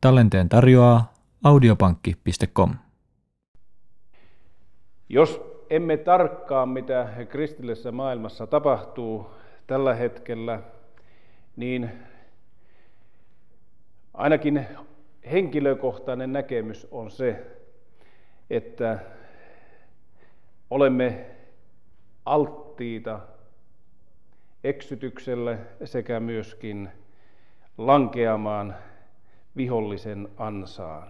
Tallenteen tarjoaa audiopankki.com. Jos emme tarkkaa, mitä kristillisessä maailmassa tapahtuu tällä hetkellä, niin ainakin henkilökohtainen näkemys on se, että olemme alttiita eksytykselle sekä myöskin lankeamaan vihollisen ansaan.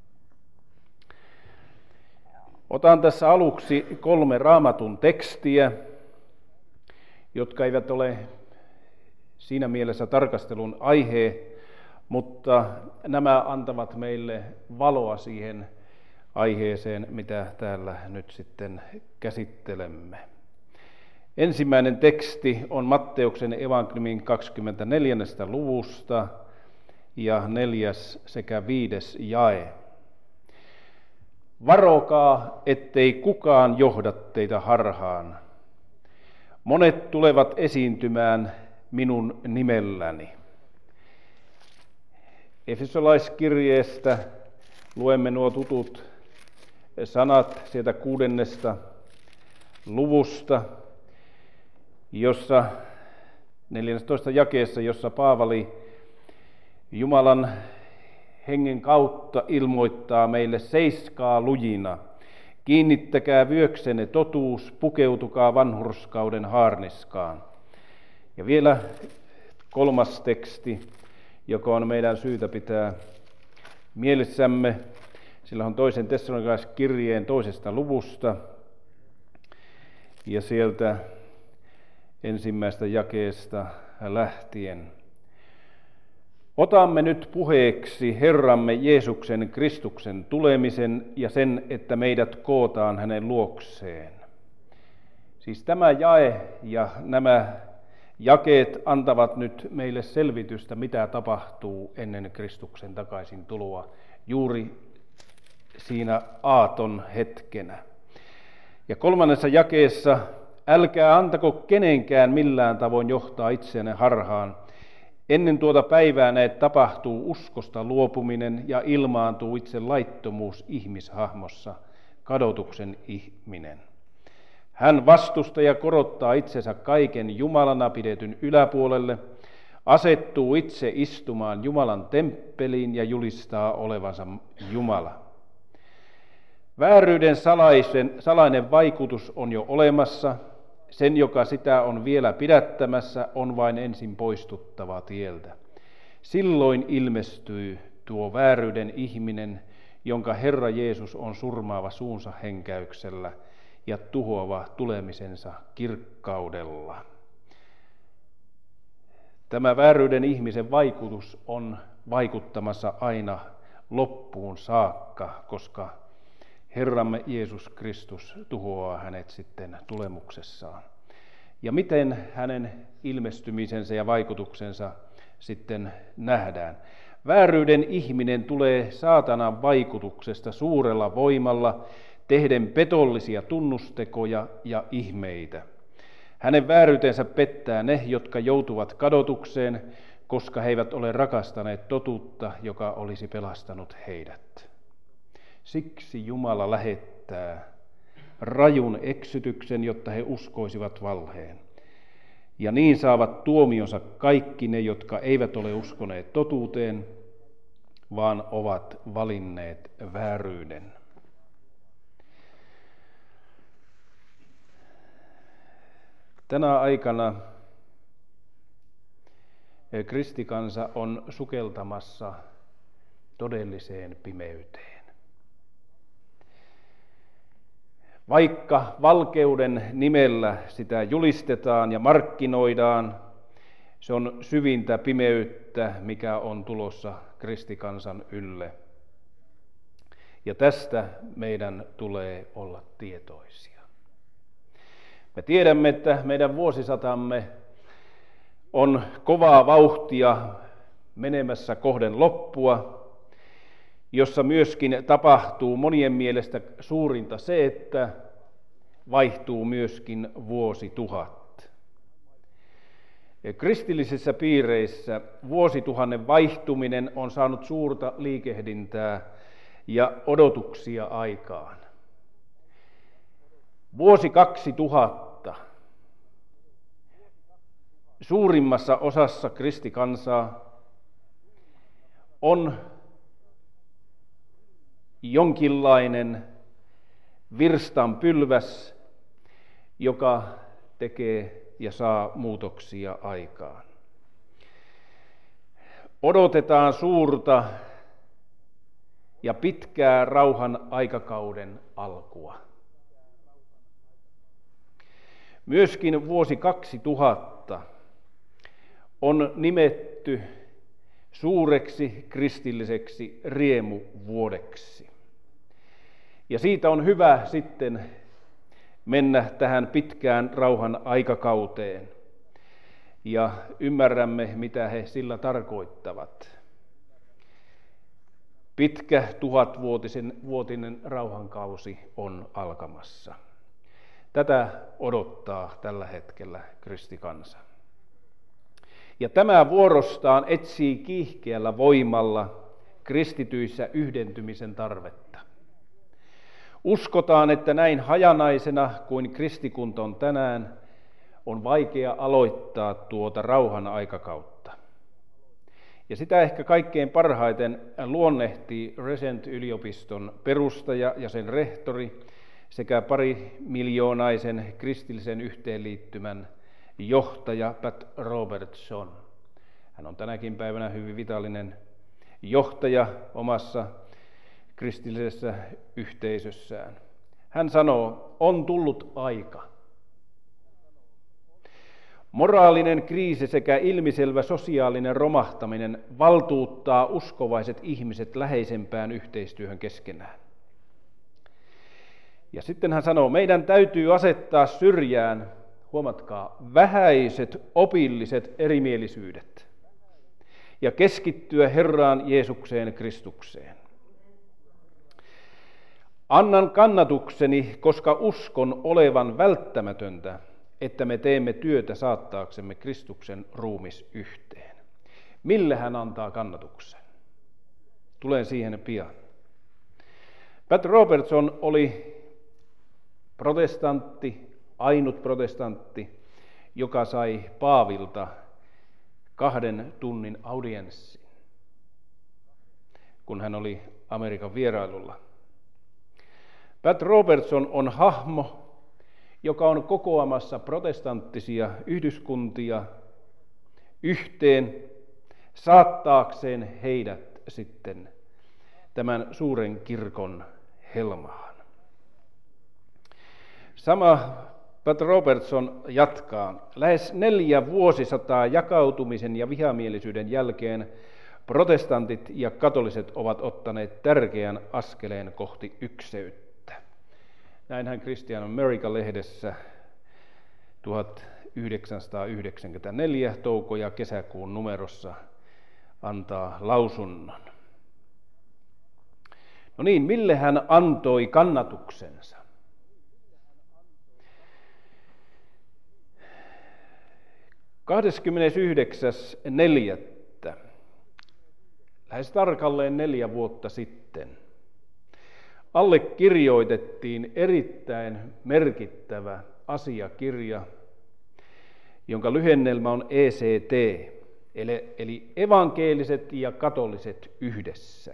Otan tässä aluksi 3 Raamatun tekstiä, jotka eivät ole siinä mielessä tarkastelun aihe, mutta nämä antavat meille valoa siihen aiheeseen, mitä täällä nyt sitten käsittelemme. Ensimmäinen teksti on Matteuksen evankeliumin 24. luvusta ja 4. sekä 5. jae. Varokaa, ettei kukaan johda teitä harhaan. Monet tulevat esiintymään minun nimelläni. Efesolaiskirjeestä luemme nuo tutut sanat sieltä 6. luvusta, jossa 14. jakeessa, jossa Paavali Jumalan hengen kautta ilmoittaa meille: seiskaa lujina, kiinnittäkää vyöksenne totuus, pukeutukaa vanhurskauden haarniskaan. Ja vielä 3. teksti, joka on meidän syytä pitää mielessämme, sillä on 2. Tessalonikalaiskirjeen 2. luvusta ja sieltä 1. jakeesta lähtien. Otamme nyt puheeksi Herramme Jeesuksen Kristuksen tulemisen ja sen, että meidät kootaan hänen luokseen. Siis tämä jae ja nämä jakeet antavat nyt meille selvitystä, mitä tapahtuu ennen Kristuksen takaisin tuloa juuri siinä aaton hetkenä. Ja 3. jakeessa: älkää antako kenenkään millään tavoin johtaa itseänne harhaan. Ennen tuota päivää näet tapahtuu uskosta luopuminen ja ilmaantuu itse laittomuus ihmishahmossa, kadotuksen ihminen. Hän vastustaa ja korottaa itsensä kaiken Jumalana pidetyn yläpuolelle, asettuu itse istumaan Jumalan temppeliin ja julistaa olevansa Jumala. Vääryyden salainen vaikutus on jo olemassa. Sen, joka sitä on vielä pidättämässä, on vain ensin poistuttava tieltä. Silloin ilmestyy tuo vääryyden ihminen, jonka Herra Jeesus on surmaava suunsa henkäyksellä ja tuhoava tulemisensa kirkkaudella. Tämä vääryyden ihmisen vaikutus on vaikuttamassa aina loppuun saakka, koska Herramme Jeesus Kristus tuhoaa hänet sitten tulemuksessaan. Ja miten hänen ilmestymisensä ja vaikutuksensa sitten nähdään? Vääryyden ihminen tulee saatanan vaikutuksesta suurella voimalla, tehden petollisia tunnustekoja ja ihmeitä. Hänen vääryytensä pettää ne, jotka joutuvat kadotukseen, koska he eivät ole rakastaneet totuutta, joka olisi pelastanut heidät. Siksi Jumala lähettää rajun eksytyksen, jotta he uskoisivat valheen. Ja niin saavat tuomionsa kaikki ne, jotka eivät ole uskoneet totuuteen, vaan ovat valinneet vääryyden. Tänä aikana kristikansa on sukeltamassa todelliseen pimeyteen. Vaikka valkeuden nimellä sitä julistetaan ja markkinoidaan, se on syvintä pimeyttä, mikä on tulossa kristikansan ylle. Ja tästä meidän tulee olla tietoisia. Me tiedämme, että meidän vuosisatamme on kovaa vauhtia menemässä kohden loppua, jossa myöskin tapahtuu monien mielestä suurinta se, että vaihtuu myöskin vuosituhat. Kristillisissä piireissä vuosituhannen vaihtuminen on saanut suurta liikehdintää ja odotuksia aikaan. Vuosi 2000 suurimmassa osassa kristikansaa on jonkinlainen virstanpylväs, joka tekee ja saa muutoksia aikaan. Odotetaan suurta ja pitkää rauhan aikakauden alkua. Myöskin vuosi 2000 on nimetty suureksi kristilliseksi riemuvuodeksi. Ja siitä on hyvä sitten mennä tähän pitkään rauhan aikakauteen ja ymmärrämme, mitä he sillä tarkoittavat. Pitkä 1000-vuotinen rauhankausi on alkamassa. Tätä odottaa tällä hetkellä kristikansa. Ja tämä vuorostaan etsii kiihkeällä voimalla kristityissä yhdentymisen tarvetta. Uskotaan, että näin hajanaisena kuin kristikunta on tänään, on vaikea aloittaa tuota rauhan aikakautta. Ja sitä ehkä kaikkein parhaiten luonnehtii Resent-yliopiston perustaja ja sen rehtori sekä 2 miljoonaisen kristillisen yhteenliittymän johtaja Pat Robertson. Hän on tänäkin päivänä hyvin vitaalinen johtaja omassa kristillisessä yhteisössään. Hän sanoo, on tullut aika. Moraalinen kriisi sekä ilmiselvä sosiaalinen romahtaminen valtuuttaa uskovaiset ihmiset läheisempään yhteistyöhön keskenään. Ja sitten hän sanoo, meidän täytyy asettaa syrjään, huomatkaa, vähäiset opilliset erimielisyydet ja keskittyä Herraan Jeesukseen Kristukseen. Annan kannatukseni, koska uskon olevan välttämätöntä, että me teemme työtä saattaaksemme Kristuksen ruumis yhteen. Mille hän antaa kannatuksen? Tulen siihen pian. Pat Robertson oli protestantti, ainut protestantti, joka sai Paavilta 2 tunnin audienssin, kun hän oli Amerikan vierailulla. Pat Robertson on hahmo, joka on kokoamassa protestanttisia yhdyskuntia yhteen saattaakseen heidät sitten tämän suuren kirkon helmaan. Sama Pat Robertson jatkaa. Lähes 4 vuosisataa jakautumisen ja vihamielisyyden jälkeen protestantit ja katoliset ovat ottaneet tärkeän askeleen kohti ykseyttä. Näinhän Christian America-lehdessä 1994 touko- ja kesäkuun numerossa antaa lausunnon. No niin, mille hän antoi kannatuksensa? – 29.4. lähes tarkalleen 4 vuotta sitten allekirjoitettiin erittäin merkittävä asiakirja, jonka lyhennelmä on ECT, eli evankeeliset ja katoliset yhdessä.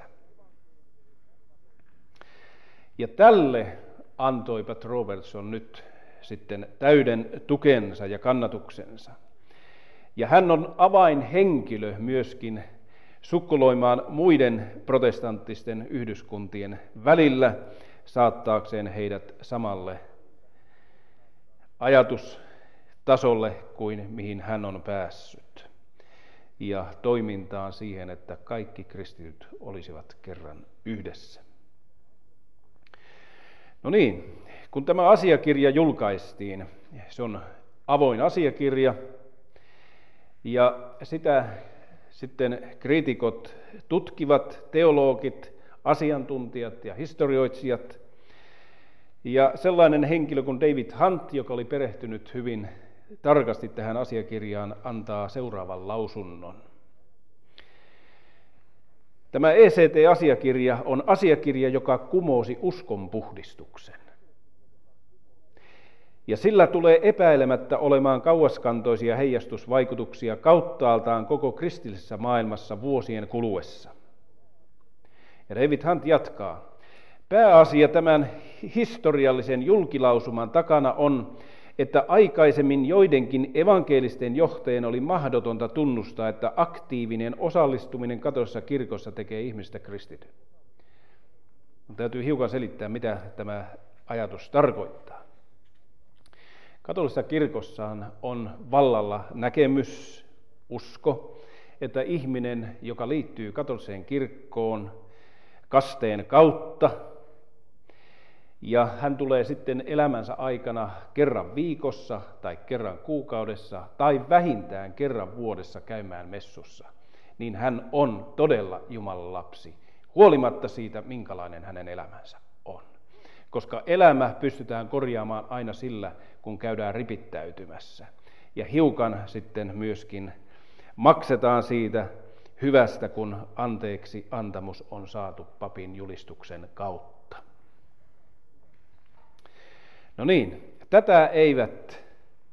Ja tälle antoi Pat Robertson nyt sitten täyden tukensa ja kannatuksensa. Ja hän on avainhenkilö myöskin sukkuloimaan muiden protestanttisten yhdyskuntien välillä saattaakseen heidät samalle ajatustasolle kuin mihin hän on päässyt. Ja toimintaan siihen, että kaikki kristityt olisivat kerran yhdessä. No niin, kun tämä asiakirja julkaistiin, se on avoin asiakirja ja sitä sitten kriitikot tutkivat, teologit, asiantuntijat ja historioitsijat. Ja sellainen henkilö kuin David Hunt, joka oli perehtynyt hyvin tarkasti tähän asiakirjaan, antaa seuraavan lausunnon. Tämä ECT-asiakirja on asiakirja, joka kumosi uskonpuhdistuksen. Ja sillä tulee epäilemättä olemaan kauaskantoisia heijastusvaikutuksia kauttaaltaan koko kristillisessä maailmassa vuosien kuluessa. Ja David Hunt jatkaa. Pääasia tämän historiallisen julkilausuman takana on, että aikaisemmin joidenkin evankelisten johtajien oli mahdotonta tunnustaa, että aktiivinen osallistuminen katolisessa kirkossa tekee ihmistä kristityn. Täytyy hiukan selittää, mitä tämä ajatus tarkoittaa. Katolisessa kirkossaan on vallalla näkemys, usko, että ihminen, joka liittyy katoliseen kirkkoon kasteen kautta, ja hän tulee sitten elämänsä aikana kerran viikossa tai kerran kuukaudessa tai vähintään kerran vuodessa käymään messussa, niin hän on todella Jumalan lapsi, huolimatta siitä, minkälainen hänen elämänsä on. Koska elämä pystytään korjaamaan aina sillä, kun käydään ripittäytymässä. Ja hiukan sitten myöskin maksetaan siitä hyvästä, kun anteeksi antamus on saatu papin julistuksen kautta. No niin, tätä eivät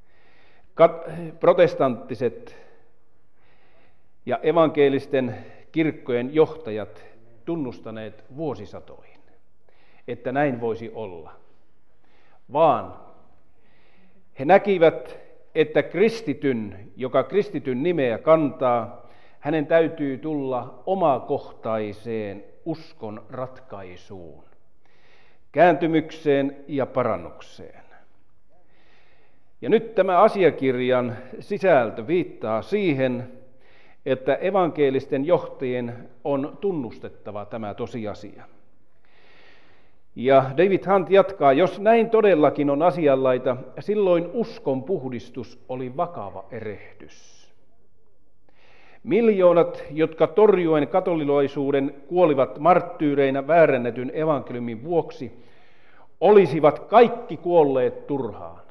protestanttiset ja evankelisten kirkkojen johtajat tunnustaneet vuosisatoihin, että näin voisi olla, vaan he näkivät, että kristityn, joka kristityn nimeä kantaa, hänen täytyy tulla omakohtaiseen uskon ratkaisuun, kääntymykseen ja parannukseen. Ja nyt tämä asiakirjan sisältö viittaa siihen, että evankelisten johtajien on tunnustettava tämä tosiasia. Ja David Hunt jatkaa, jos näin todellakin on asianlaita, silloin uskon puhdistus oli vakava erehdys. Miljoonat, jotka torjuen katolilaisuuden kuolivat marttyyreinä väärännetyn evankeliumin vuoksi, olisivat kaikki kuolleet turhaan.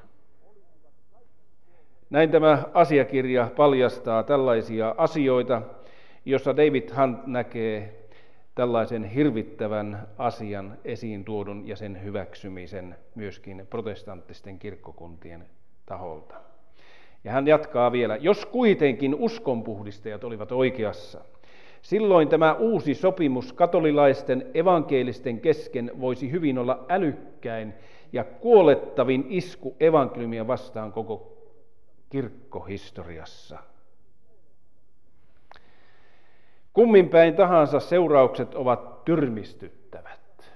Näin tämä asiakirja paljastaa tällaisia asioita, jossa David Hunt näkee tällaisen hirvittävän asian esiin tuodun ja sen hyväksymisen myöskin protestanttisten kirkkokuntien taholta. Ja hän jatkaa vielä, jos kuitenkin uskonpuhdistajat olivat oikeassa, silloin tämä uusi sopimus katolilaisten evankelisten kesken voisi hyvin olla älykkäin ja kuolettavin isku evankeliumia vastaan koko kirkkohistoriassa. Kummin päin tahansa seuraukset ovat tyrmistyttävät.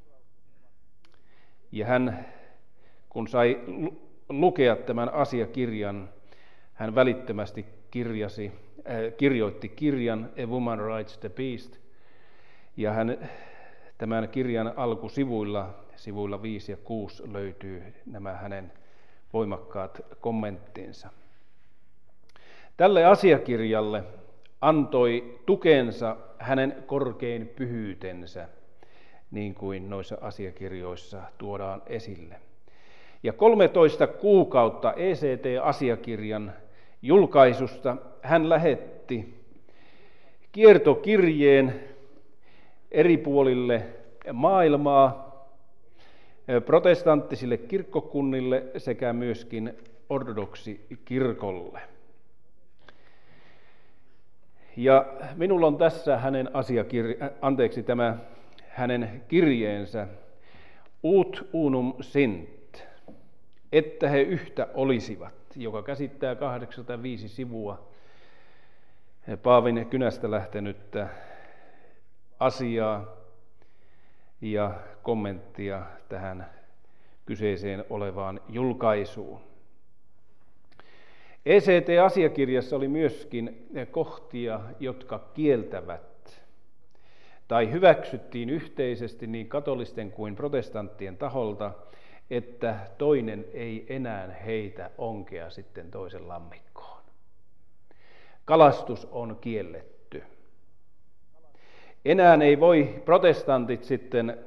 Ja hän, kun sai lukea tämän asiakirjan, hän välittömästi kirjoitti kirjan A Woman Writes the Beast, ja tämän kirjan sivuilla 5 ja 6 löytyy nämä hänen voimakkaat kommenttinsa. Tälle asiakirjalle antoi tukensa hänen korkein pyhyytensä, niin kuin noissa asiakirjoissa tuodaan esille. Ja 13 kuukautta ECT-asiakirjan julkaisusta hän lähetti kiertokirjeen eri puolille maailmaa, protestanttisille kirkkokunnille sekä myöskin ortodoksikirkolle. Ja minulla on tässä tämä hänen kirjeensä Ut unum sint, että he yhtä olisivat, joka käsittää 85 sivua Paavin kynästä lähtenyttä asiaa ja kommenttia tähän kyseiseen olevaan julkaisuun. ECT-asiakirjassa oli myöskin kohtia, jotka kieltävät tai hyväksyttiin yhteisesti niin katolisten kuin protestanttien taholta, että toinen ei enää heitä onkea sitten toisen lammikkoon. Kalastus on kielletty. Enää ei voi protestantit sitten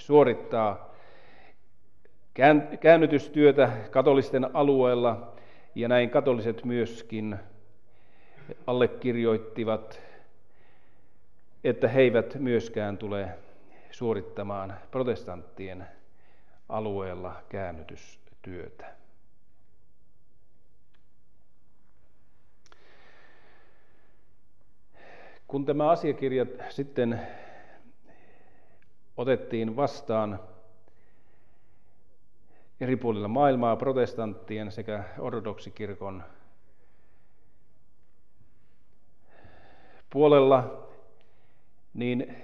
suorittaa käännytystyötä katolisten alueella Ja näin katoliset myöskin allekirjoittivat, että he eivät myöskään tule suorittamaan protestanttien alueella käännytystyötä. Kun tämä asiakirja sitten otettiin vastaan eri puolilla maailmaa protestanttien sekä ortodoksikirkon puolella, niin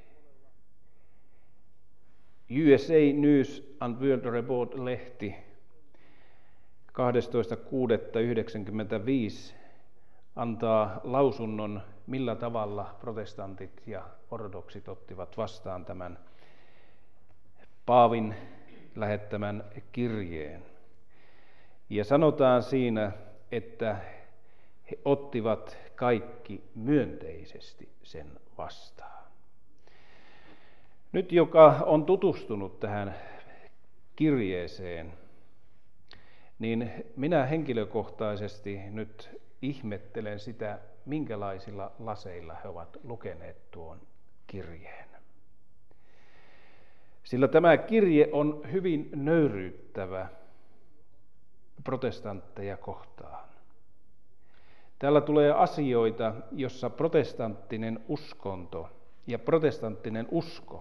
USA News and World Report-lehti 12.6.1995 antaa lausunnon, millä tavalla protestantit ja ortodoksit ottivat vastaan tämän Paavin lähettämän kirjeen. Ja sanotaan siinä, että he ottivat kaikki myönteisesti sen vastaan. Nyt joka on tutustunut tähän kirjeeseen, niin minä henkilökohtaisesti nyt ihmettelen sitä, minkälaisilla laseilla he ovat lukeneet tuon kirjeen. Sillä tämä kirje on hyvin nöyryyttävä protestantteja kohtaan. Täällä tulee asioita, jossa protestanttinen uskonto ja protestanttinen usko,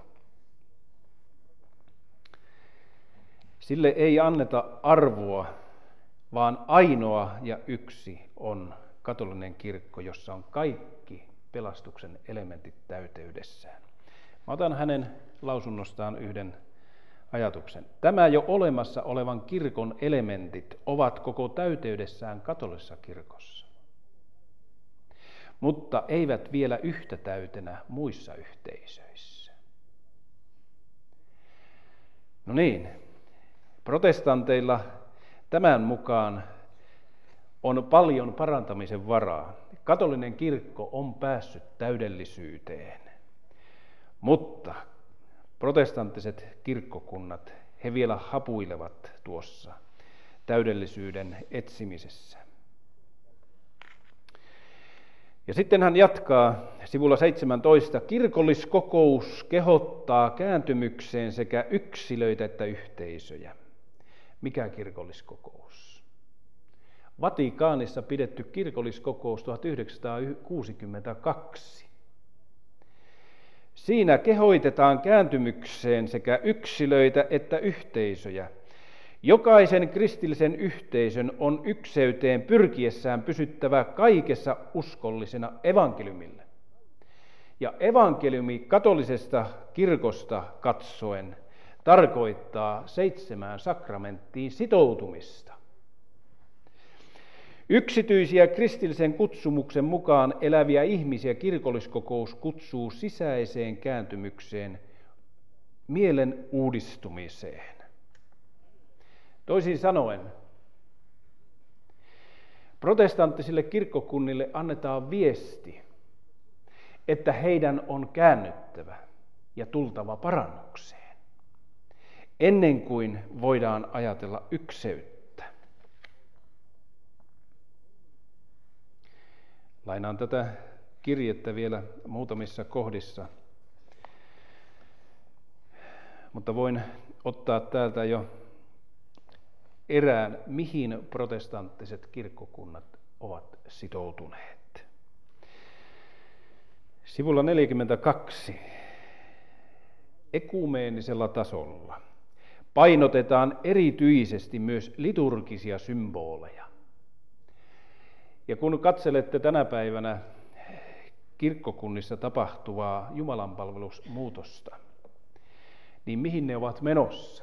sille ei anneta arvoa, vaan ainoa ja yksi on katolinen kirkko, jossa on kaikki pelastuksen elementit täyteydessään. Mä otan hänen lausunnostaan yhden ajatuksen. Tämä jo olemassa olevan kirkon elementit ovat koko täyteydessään katolisessa kirkossa, mutta eivät vielä yhtä täytenä muissa yhteisöissä. No niin, protestanteilla tämän mukaan on paljon parantamisen varaa. Katolinen kirkko on päässyt täydellisyyteen, mutta protestanttiset kirkkokunnat, he vielä hapuilevat tuossa täydellisyyden etsimisessä. Ja sitten hän jatkaa sivulla 17. Kirkolliskokous kehottaa kääntymykseen sekä yksilöitä että yhteisöjä. Mikä kirkolliskokous? Vatikaanissa pidetty kirkolliskokous 1962. Siinä kehoitetaan kääntymykseen sekä yksilöitä että yhteisöjä. Jokaisen kristillisen yhteisön on ykseyteen pyrkiessään pysyttävä kaikessa uskollisena evankeliumille. Ja evankeliumi katolisesta kirkosta katsoen tarkoittaa 7 sakramenttiin sitoutumista. Yksityisiä kristillisen kutsumuksen mukaan eläviä ihmisiä kirkolliskokous kutsuu sisäiseen kääntymykseen, mielen uudistumiseen. Toisin sanoen, protestanttisille kirkkokunnille annetaan viesti, että heidän on käännyttävä ja tultava parannukseen, ennen kuin voidaan ajatella ykseyttä. Lainaan tätä kirjettä vielä muutamissa kohdissa, mutta voin ottaa täältä jo erään, mihin protestanttiset kirkkokunnat ovat sitoutuneet. Sivulla 42. Ekumeenisella tasolla painotetaan erityisesti myös liturgisia symboleja. Ja kun katselette tänä päivänä kirkkokunnissa tapahtuvaa jumalanpalvelusmuutosta, niin mihin ne ovat menossa?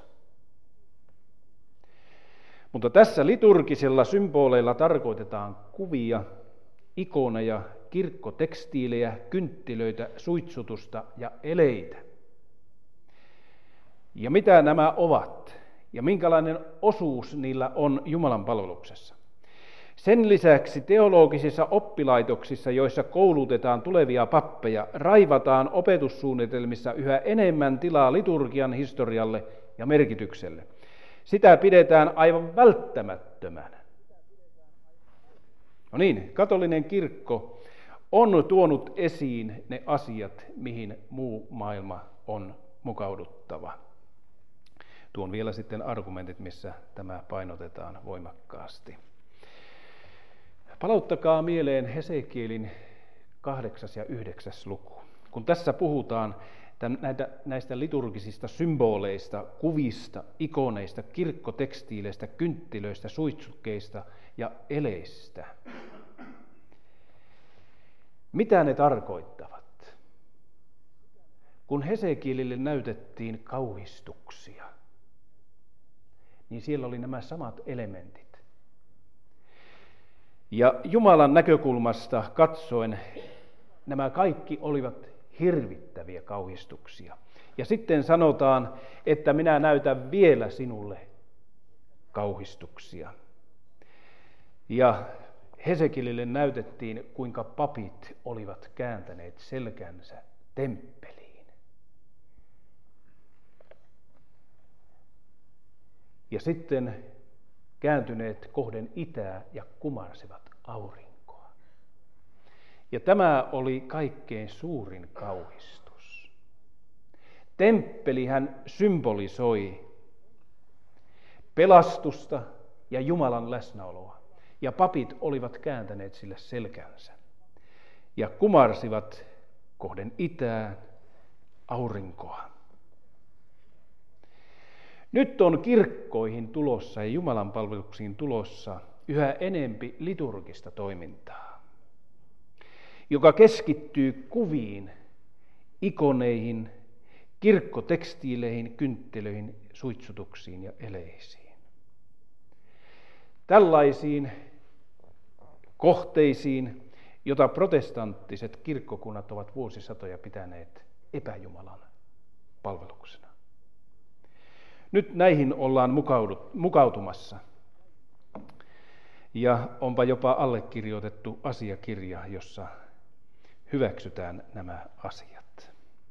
Mutta tässä liturgisilla symboleilla tarkoitetaan kuvia, ikoneja, kirkkotekstiilejä, kynttilöitä, suitsutusta ja eleitä. Ja mitä nämä ovat ja minkälainen osuus niillä on Jumalan palveluksessa? Sen lisäksi teologisissa oppilaitoksissa, joissa koulutetaan tulevia pappeja, raivataan opetussuunnitelmissa yhä enemmän tilaa liturgian historialle ja merkitykselle. Sitä pidetään aivan välttämättömänä. No niin, katolinen kirkko on tuonut esiin ne asiat, mihin muu maailma on mukauduttava. Tuon vielä sitten argumentit, missä tämä painotetaan voimakkaasti. Palauttakaa mieleen Hesekielin 8. ja 9. luku. Kun tässä puhutaan näistä liturgisista symboleista, kuvista, ikoneista, kirkkotekstiileistä, kynttilöistä, suitsukkeista ja eleistä. Mitä ne tarkoittavat? Kun Hesekielille näytettiin kauhistuksia, niin siellä oli nämä samat elementit. Ja Jumalan näkökulmasta katsoen nämä kaikki olivat hirvittäviä kauhistuksia. Ja sitten sanotaan, että minä näytän vielä sinulle kauhistuksia. Ja Hesekielille näytettiin, kuinka papit olivat kääntäneet selkänsä temppeliin. Ja sitten kääntyneet kohden itää ja kumarsivat aurinkoa. Ja tämä oli kaikkein suurin kauhistus. Temppelihän symbolisoi pelastusta ja Jumalan läsnäoloa. Ja papit olivat kääntäneet sille selkänsä ja kumarsivat kohden itään aurinkoa. Nyt on kirkkoihin tulossa ja Jumalan palveluksiin tulossa yhä enempi liturgista toimintaa, joka keskittyy kuviin, ikoneihin, kirkkotekstiileihin, kynttilöihin, suitsutuksiin ja eleisiin. Tällaisiin kohteisiin, jota protestanttiset kirkkokunnat ovat vuosisatoja pitäneet epäjumalan palveluksena. Nyt näihin ollaan mukautumassa. Ja onpa jopa allekirjoitettu asiakirja, jossa hyväksytään nämä asiat.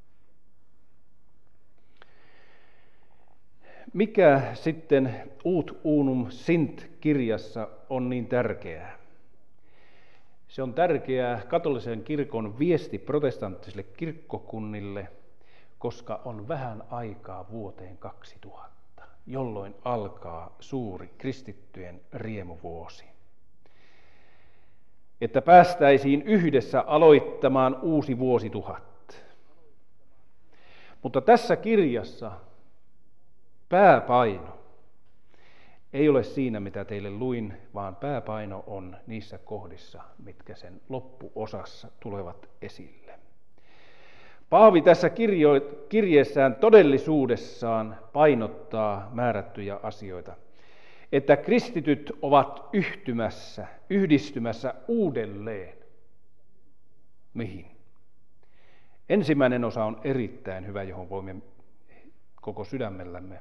Mikä sitten Ut unum sint-kirjassa on niin tärkeää? Se on tärkeää katolisen kirkon viesti protestanttisille kirkkokunnille, koska on vähän aikaa vuoteen 2000, jolloin alkaa suuri kristittyjen riemuvuosi. Että päästäisiin yhdessä aloittamaan uusi vuosituhat. Mutta tässä kirjassa pääpaino ei ole siinä, mitä teille luin, vaan pääpaino on niissä kohdissa, mitkä sen loppuosassa tulevat esille. Paavi tässä kirjeessään todellisuudessaan painottaa määrättyjä asioita, että kristityt ovat yhdistymässä uudelleen. Mihin? Ensimmäinen osa on erittäin hyvä, johon voimme koko sydämellämme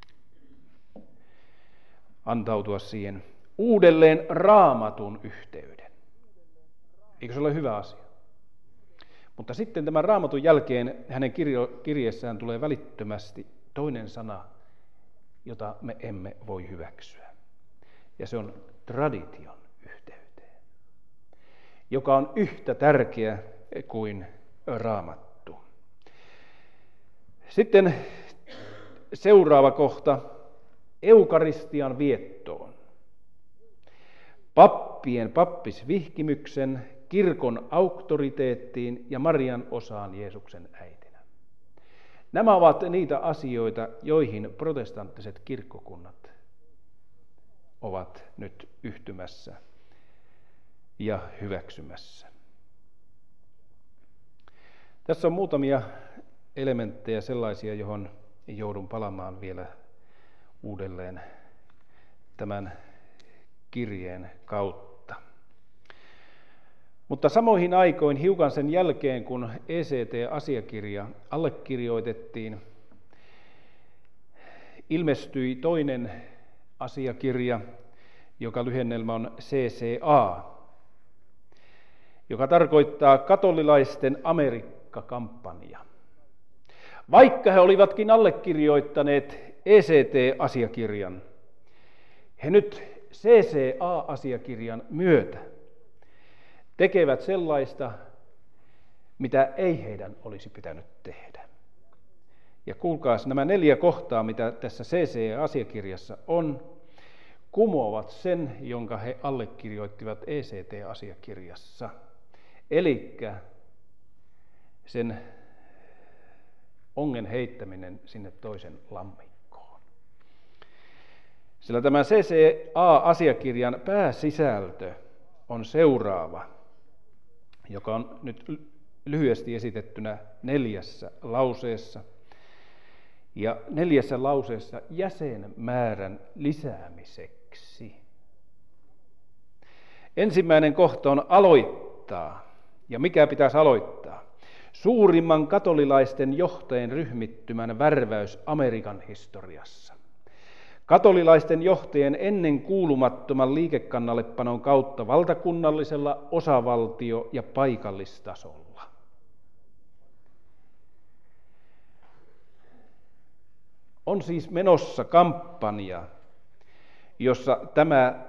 antautua siihen. Uudelleen Raamatun yhteyden. Eikö se ole hyvä asia? Mutta sitten tämän Raamatun jälkeen hänen kirjeessään tulee välittömästi toinen sana, jota me emme voi hyväksyä. Ja se on tradition yhteyteen, joka on yhtä tärkeä kuin Raamattu. Sitten seuraava kohta, eukaristian viettoon. Pappien pappisvihkimyksen, kirkon auktoriteettiin ja Marian osaan Jeesuksen äitinä. Nämä ovat niitä asioita, joihin protestanttiset kirkkokunnat ovat nyt yhtymässä ja hyväksymässä. Tässä on muutamia elementtejä sellaisia, johon joudun palaamaan vielä uudelleen tämän kirjeen kautta. Mutta samoihin aikoin, hiukan sen jälkeen, kun ECT-asiakirja allekirjoitettiin, ilmestyi toinen asiakirja, joka lyhennelmä on CCA, joka tarkoittaa katolilaisten Amerikka-kampanja. Vaikka he olivatkin allekirjoittaneet ECT-asiakirjan, he nyt CCA-asiakirjan myötä tekevät sellaista, mitä ei heidän olisi pitänyt tehdä. Ja kuulkaas, nämä 4 kohtaa, mitä tässä CCE-asiakirjassa on, kumoavat sen, jonka he allekirjoittivat ECT-asiakirjassa. Elikkä sen ongen heittäminen sinne toisen lammikkoon. Sillä tämä CCA-asiakirjan pääsisältö on seuraava, joka on nyt lyhyesti esitettynä 4 lauseessa. Ja 4 lauseessa jäsenmäärän lisäämiseksi. Ensimmäinen kohta on aloittaa. Ja mikä pitäisi aloittaa? Suurimman katolilaisten johtajien ryhmittymän värväys Amerikan historiassa. Katolilaisten johtajien ennen kuulumattoman liikekannallepanon kautta valtakunnallisella, osavaltio- ja paikallistasolla. On siis menossa kampanja, jossa tämä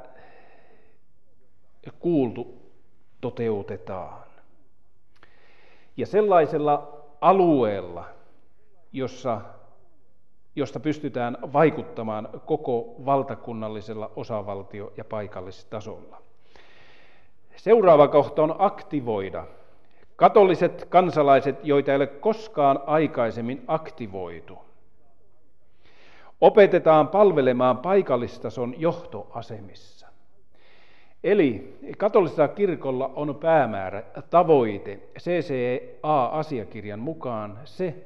kuultu toteutetaan. Ja sellaisella alueella, josta pystytään vaikuttamaan koko valtakunnallisella, osavaltio- ja paikallistasolla. Seuraava kohta on aktivoida. Katoliset kansalaiset, joita ei ole koskaan aikaisemmin aktivoitu, opetetaan palvelemaan paikallistason johtoasemissa. Eli katolisella kirkolla on päämäärä, tavoite, CCA-asiakirjan mukaan se,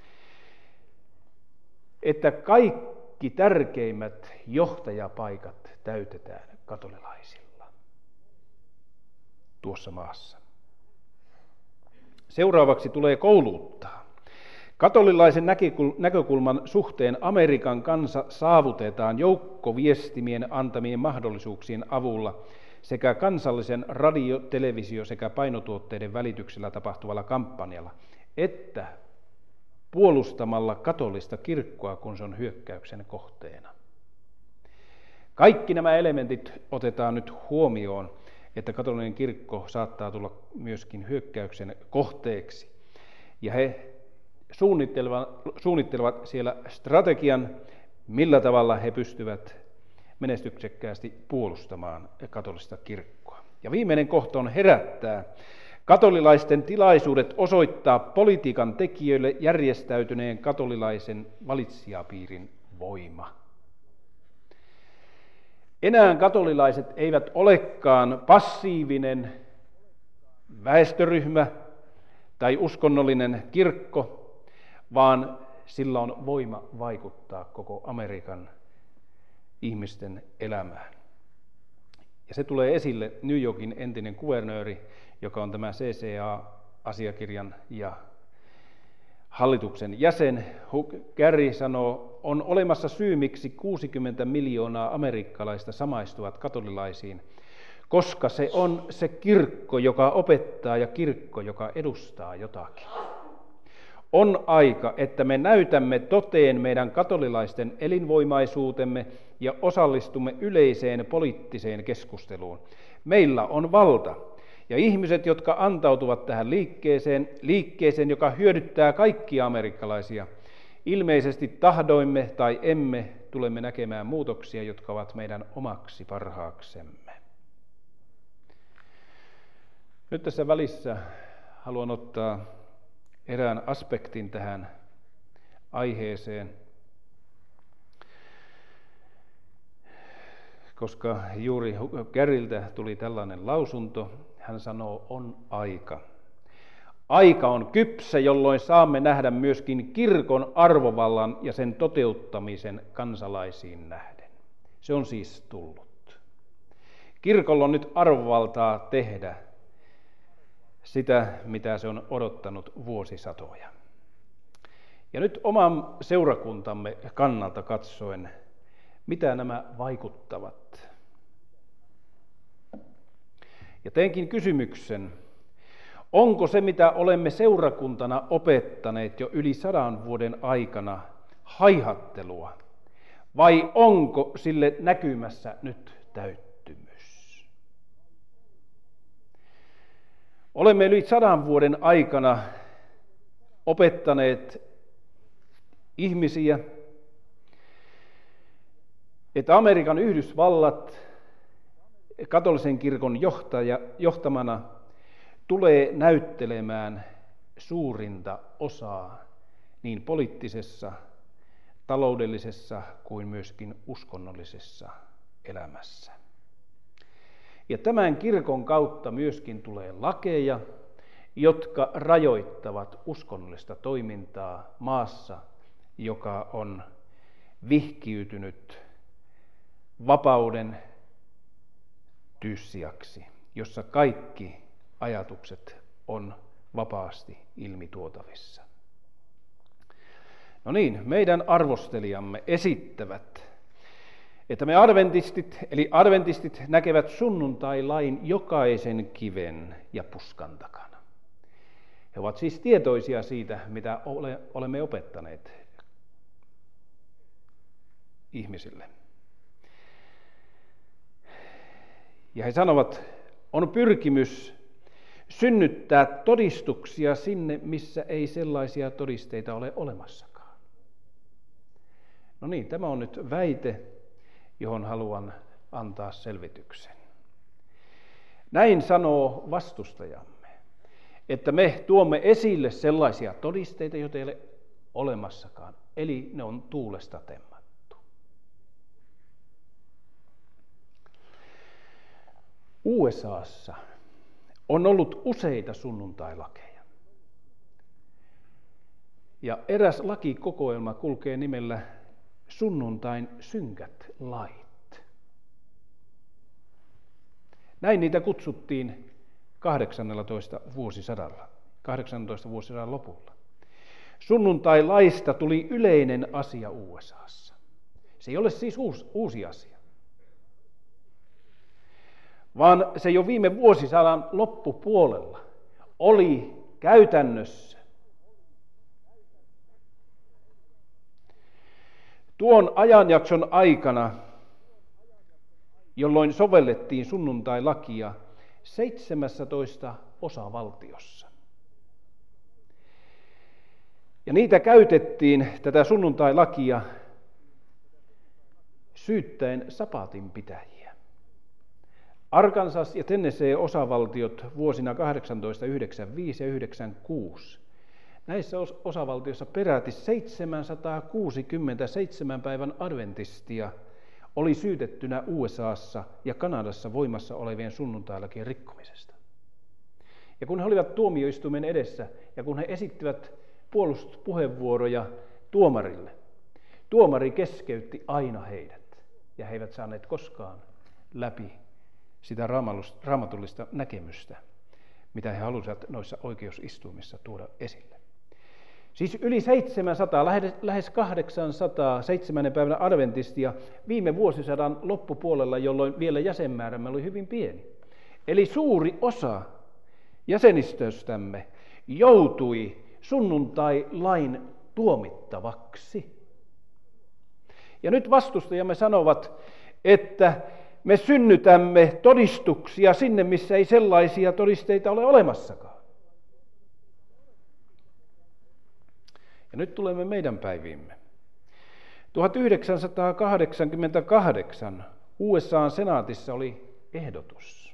että kaikki tärkeimmät johtajapaikat täytetään katolilaisilla tuossa maassa. Seuraavaksi tulee kouluttaa. Katolilaisen näkökulman suhteen Amerikan kansa saavutetaan joukkoviestimien antamien mahdollisuuksien avulla sekä kansallisen radio-, televisio- sekä painotuotteiden välityksellä tapahtuvalla kampanjalla, että puolustamalla katolista kirkkoa, kun se on hyökkäyksen kohteena. Kaikki nämä elementit otetaan nyt huomioon, että katolinen kirkko saattaa tulla myöskin hyökkäyksen kohteeksi. Ja he suunnittelevat siellä strategian, millä tavalla he pystyvät menestyksekkäästi puolustamaan katolista kirkkoa. Ja viimeinen kohta on herättää. Katolilaisten tilaisuudet osoittaa politiikan tekijöille järjestäytyneen katolilaisen valitsijapiirin voima. Enää katolilaiset eivät olekaan passiivinen väestöryhmä tai uskonnollinen kirkko, vaan sillä on voima vaikuttaa koko Amerikan ihmisten elämään. Ja se tulee esille New Yorkin entinen kuvernööri, joka on tämä CCA-asiakirjan ja hallituksen jäsen. Hugh Carey sanoo, on olemassa syy, miksi 60 miljoonaa amerikkalaista samaistuvat katolilaisiin, koska se on se kirkko, joka opettaa ja kirkko, joka edustaa jotakin. On aika, että me näytämme toteen meidän katolilaisten elinvoimaisuutemme ja osallistumme yleiseen poliittiseen keskusteluun. Meillä on valta, ja ihmiset, jotka antautuvat tähän liikkeeseen, joka hyödyttää kaikkia amerikkalaisia, ilmeisesti tahdoimme tai emme, tulemme näkemään muutoksia, jotka ovat meidän omaksi parhaaksemme. Nyt tässä välissä haluan ottaa erään aspektin tähän aiheeseen, koska juuri Carreyltä tuli tällainen lausunto. Hän sanoo, on aika. Aika on kypsä, jolloin saamme nähdä myöskin kirkon arvovallan ja sen toteuttamisen kansalaisiin nähden. Se on siis tullut. Kirkolla on nyt arvovaltaa tehdä sitä, mitä se on odottanut vuosisatoja. Ja nyt oman seurakuntamme kannalta katsoen, mitä nämä vaikuttavat. Ja teenkin kysymyksen, onko se, mitä olemme seurakuntana opettaneet jo yli 100 vuoden aikana, haihattelua, vai onko sille näkymässä nyt täyttymys? Olemme yli 100 vuoden aikana opettaneet ihmisiä, että Amerikan Yhdysvallat katolisen kirkon johtamana tulee näyttelemään suurinta osaa niin poliittisessa, taloudellisessa kuin myöskin uskonnollisessa elämässä. Ja tämän kirkon kautta myöskin tulee lakeja, jotka rajoittavat uskonnollista toimintaa maassa, joka on vihkiytynyt vapauden tyyssiaksi, jossa kaikki ajatukset on vapaasti ilmituotavissa. No niin, meidän arvostelijamme esittävät, että me adventistit näkevät sunnuntailain jokaisen kiven ja puskan takana. He ovat siis tietoisia siitä, mitä olemme opettaneet ihmisille. Ja he sanovat, on pyrkimys synnyttää todistuksia sinne, missä ei sellaisia todisteita ole olemassakaan. No niin, tämä on nyt väite, johon haluan antaa selvityksen. Näin sanoo vastustajamme, että me tuomme esille sellaisia todisteita, joita ei ole olemassakaan, eli ne on tuulesta temmattu. USAssa on ollut useita sunnuntailakeja. Ja eräs lakikokoelma kulkee nimellä sunnuntain synkät lait. Näin niitä kutsuttiin 18 vuosisadan lopulla. Sunnuntailaista tuli yleinen asia USAssa. Se ei ole siis uusi asia, vaan se jo viime vuosisadan loppupuolella oli käytännössä. Tuon ajanjakson aikana, jolloin sovellettiin sunnuntailakia 17 osavaltiossa. Ja niitä käytettiin, tätä sunnuntailakia, syyttäen sapatin pitäjiä. Arkansas ja Tennessee osavaltiot vuosina 1895 ja 1996. Näissä osavaltioissa peräti 767 päivän adventistia oli syytettynä USAssa ja Kanadassa voimassa olevien sunnuntailakien rikkomisesta. Ja kun he olivat tuomioistuimen edessä ja kun he esittivät puolustuspuheenvuoroja tuomarille, tuomari keskeytti aina heidät ja he eivät saaneet koskaan läpi sitä raamatullista näkemystä, mitä he halusivat noissa oikeusistuimissa tuoda esille. Siis yli 700, lähes 800 7. päivänä adventistia viime vuosisadan loppupuolella, jolloin vielä jäsenmäärämme oli hyvin pieni. Eli suuri osa jäsenistöstämme joutui sunnuntai-lain tuomittavaksi. Ja nyt vastustajamme sanovat, että me synnytämme todistuksia sinne, missä ei sellaisia todisteita ole olemassakaan. Ja nyt tulemme meidän päiviimme. 1988 USA:n senaatissa oli ehdotus.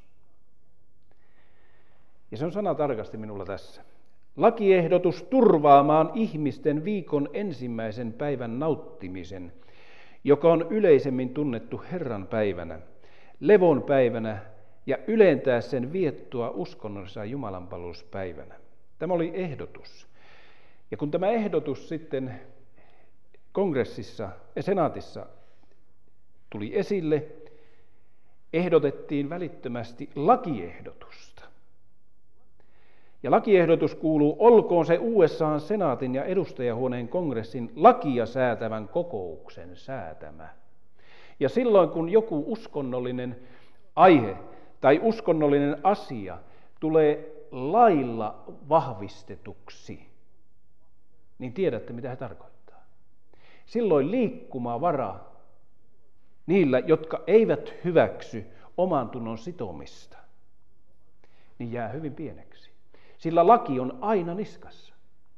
Ja se on sanatarkasti minulla tässä. Lakiehdotus turvaamaan ihmisten viikon ensimmäisen päivän nauttimisen, joka on yleisemmin tunnettu Herran päivänä, levon päivänä ja ylentää sen viettoa uskonnollisena jumalanpalveluspäivänä. Tämä oli ehdotus. Ja kun tämä ehdotus sitten kongressissa ja senaatissa tuli esille, ehdotettiin välittömästi lakiehdotusta. Ja lakiehdotus kuuluu, olkoon se USA:n senaatin ja edustajahuoneen kongressin lakia säätävän kokouksen säätämä. Ja silloin kun joku uskonnollinen aihe tai uskonnollinen asia tulee lailla vahvistetuksi, niin tiedätte, mitä he tarkoittaa. Silloin liikkumavara niillä, jotka eivät hyväksy oman tunnon sitomista, niin jää hyvin pieneksi. sillä laki on aina niskassa.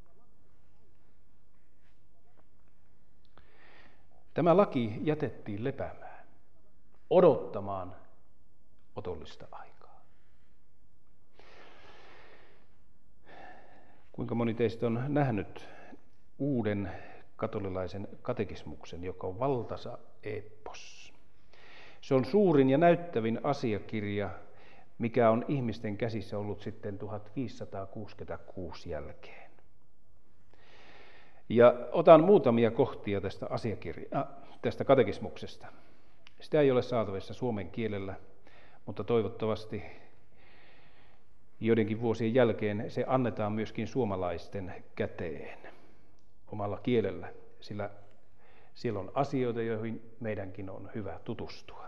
Tämä laki jätettiin lepäämään, odottamaan otollista aikaa. Kuinka moni teistä on nähnyt uuden katolilaisen katekismuksen, joka on valtasa eeppos? Se on suurin ja näyttävin asiakirja, mikä on ihmisten käsissä ollut sitten 1566 jälkeen. Ja otan muutamia kohtia tästä katekismuksesta. Sitä ei ole saatavissa suomen kielellä, mutta toivottavasti joidenkin vuosien jälkeen se annetaan myöskin suomalaisten käteen omalla kielellä, sillä siellä on asioita, joihin meidänkin on hyvä tutustua.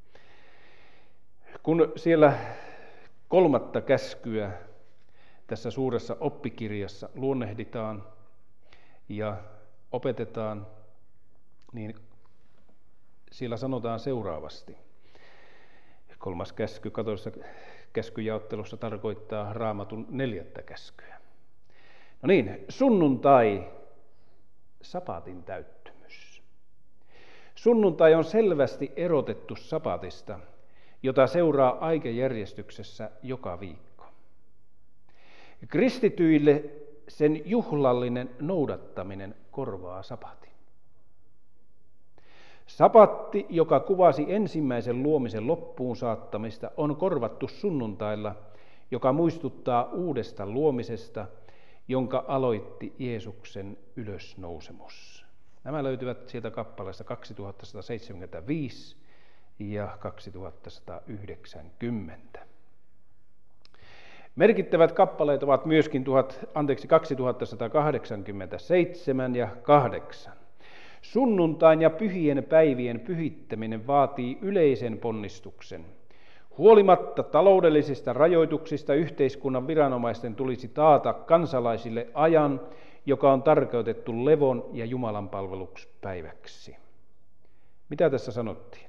Kun siellä 3. käskyä tässä suuressa oppikirjassa luonnehditaan ja opetetaan, niin siellä sanotaan seuraavasti. 3. käsky katolisessa käskyjaottelussa tarkoittaa Raamatun 4. käskyä. No niin, sunnuntai, sapatin täyttymys. Sunnuntai on selvästi erotettu sapatista, jota seuraa aikajärjestyksessä joka viikko. Kristityille sen juhlallinen noudattaminen korvaa sapatin. Sapatti, joka kuvasi ensimmäisen luomisen loppuun saattamista, on korvattu sunnuntailla, joka muistuttaa uudesta luomisesta, jonka aloitti Jeesuksen ylösnousemus. Nämä löytyvät sieltä kappaleesta 2175 ja 2190. Merkittävät kappaleet ovat myöskin 2187 ja 8. Sunnuntain ja pyhien päivien pyhittäminen vaatii yleisen ponnistuksen. Huolimatta taloudellisista rajoituksista yhteiskunnan viranomaisten tulisi taata kansalaisille ajan, joka on tarkoitettu levon ja Jumalan palveluspäiväksi. Mitä tässä sanottiin?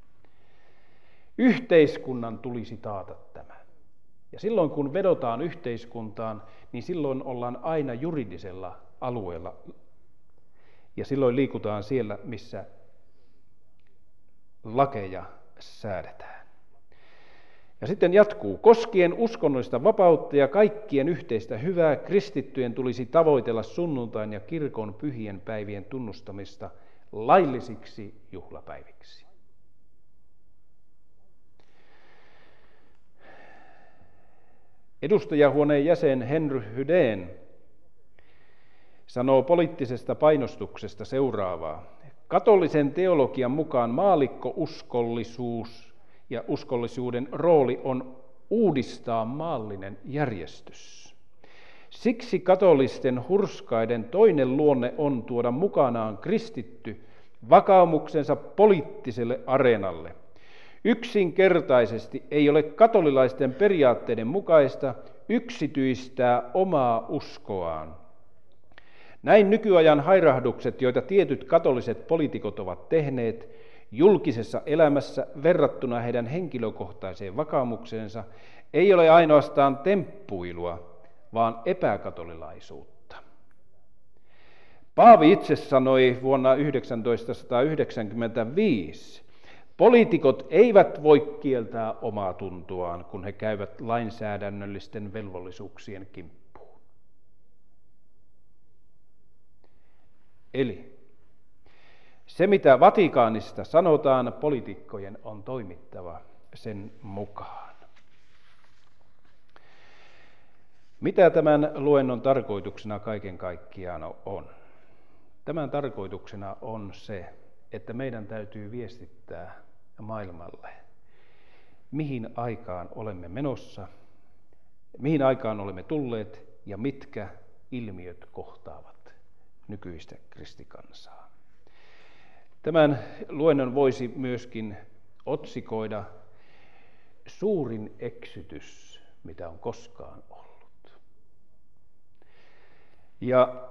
Yhteiskunnan tulisi taata tämä. Ja silloin kun vedotaan yhteiskuntaan, niin silloin ollaan aina juridisella alueella. Ja silloin liikutaan siellä, missä lakeja säädetään. Ja sitten jatkuu. Koskien uskonnollista vapautta ja kaikkien yhteistä hyvää, kristittyjen tulisi tavoitella sunnuntain ja kirkon pyhien päivien tunnustamista laillisiksi juhlapäiviksi. Edustajahuoneen jäsen Henry Hydén sanoo poliittisesta painostuksesta seuraavaa. Katolisen teologian mukaan maallikkouskollisuus ja uskollisuuden rooli on uudistaa maallinen järjestys. Siksi katolisten hurskaiden toinen luonne on tuoda mukanaan kristitty vakaumuksensa poliittiselle areenalle. Yksinkertaisesti ei ole katolilaisten periaatteiden mukaista yksityistää omaa uskoaan. Näin nykyajan hairahdukset, joita tietyt katoliset poliitikot ovat tehneet julkisessa elämässä verrattuna heidän henkilökohtaiseen vakaumukseensa, ei ole ainoastaan temppuilua, vaan epäkatolilaisuutta. Paavi itse sanoi vuonna 1995, poliitikot eivät voi kieltää omaa tuntoaan, kun he käyvät lainsäädännöllisten velvollisuuksien kimppuun. Eli se, mitä Vatikaanista sanotaan, poliitikkojen on toimittava sen mukaan. Mitä tämän luennon tarkoituksena kaiken kaikkiaan on? Tämän tarkoituksena on se, että meidän täytyy viestittää maailmalle, mihin aikaan olemme menossa, mihin aikaan olemme tulleet ja mitkä ilmiöt kohtaavat nykyistä kristikansaa. Tämän luennon voisi myöskin otsikoida suurin eksytys, mitä on koskaan ollut. Ja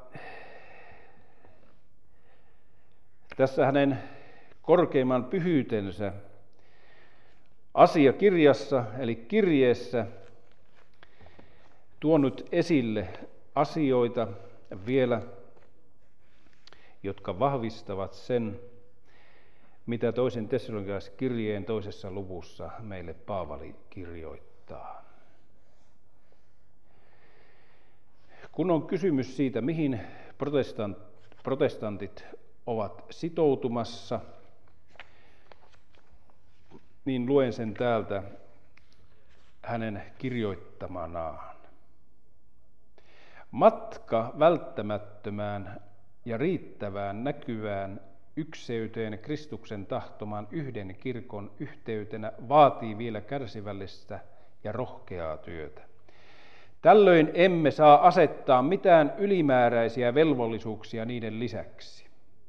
tässä hänen korkeimman pyhyytensä asiakirjassa, eli kirjeessä, tuonut esille asioita vielä, jotka vahvistavat sen, mitä toisen Tessalonikalaiskirjeen 2. luvussa meille Paavali kirjoittaa. Kun on kysymys siitä, mihin protestantit ovat sitoutumassa, niin luen sen täältä hänen kirjoittamanaan. Matka välttämättömään ja riittävään näkyvään ykseyteen Kristuksen tahtoman yhden kirkon yhteytenä vaatii vielä kärsivällistä ja rohkeaa työtä. Tällöin emme saa asettaa mitään ylimääräisiä velvollisuuksia niiden lisäksi,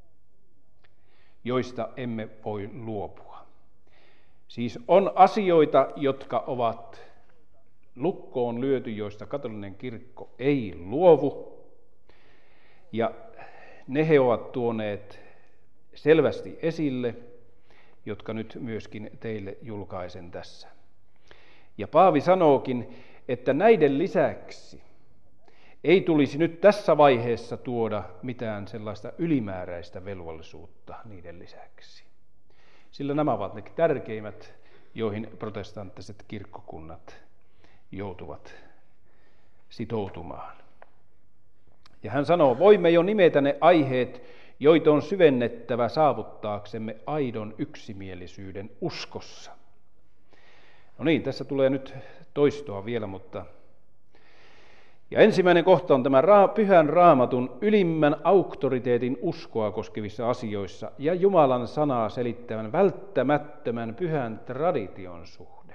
joista emme voi luopua. Siis on asioita, jotka ovat lukkoon lyöty, joista katolinen kirkko ei luovu, ja ne he ovat tuoneet selvästi esille, jotka nyt myöskin teille julkaisen tässä. Ja Paavi sanookin, että näiden lisäksi ei tulisi nyt tässä vaiheessa tuoda mitään sellaista ylimääräistä velvollisuutta niiden lisäksi. Sillä nämä ovat ne tärkeimmät, joihin protestanttiset kirkkokunnat joutuvat sitoutumaan. Ja hän sanoo, voimme jo nimetä ne aiheet, joita on syvennettävä saavuttaaksemme aidon yksimielisyyden uskossa. No niin, tässä tulee nyt toistoa vielä, mutta... Ja ensimmäinen kohta on tämä pyhän raamatun ylimmän auktoriteetin uskoa koskevissa asioissa ja Jumalan sanaa selittävän välttämättömän pyhän tradition suhde.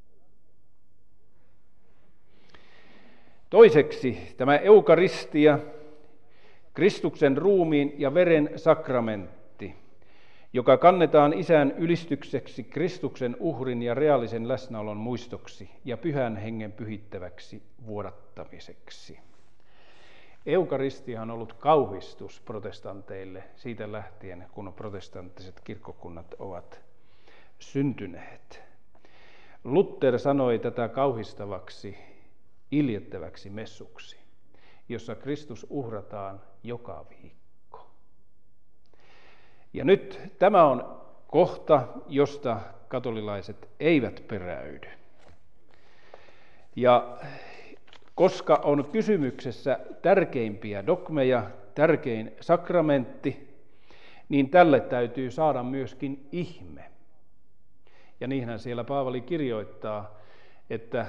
Toiseksi tämä eukaristia, Kristuksen ruumiin ja veren sakramentti, joka kannetaan Isän ylistykseksi Kristuksen uhrin ja reaalisen läsnäolon muistoksi ja pyhän hengen pyhittäväksi vuodattamiseksi. Eukaristia on ollut kauhistus protestanteille siitä lähtien, kun protestanttiset kirkkokunnat ovat syntyneet. Luther sanoi tätä kauhistavaksi, iljettäväksi messuksi, jossa Kristus uhrataan joka viikko. Ja nyt tämä on kohta, josta katolilaiset eivät peräydy. Ja koska on kysymyksessä tärkeimpiä dogmeja, tärkein sakramentti, niin tälle täytyy saada myöskin ihme. Ja niinhän siellä Paavali kirjoittaa, että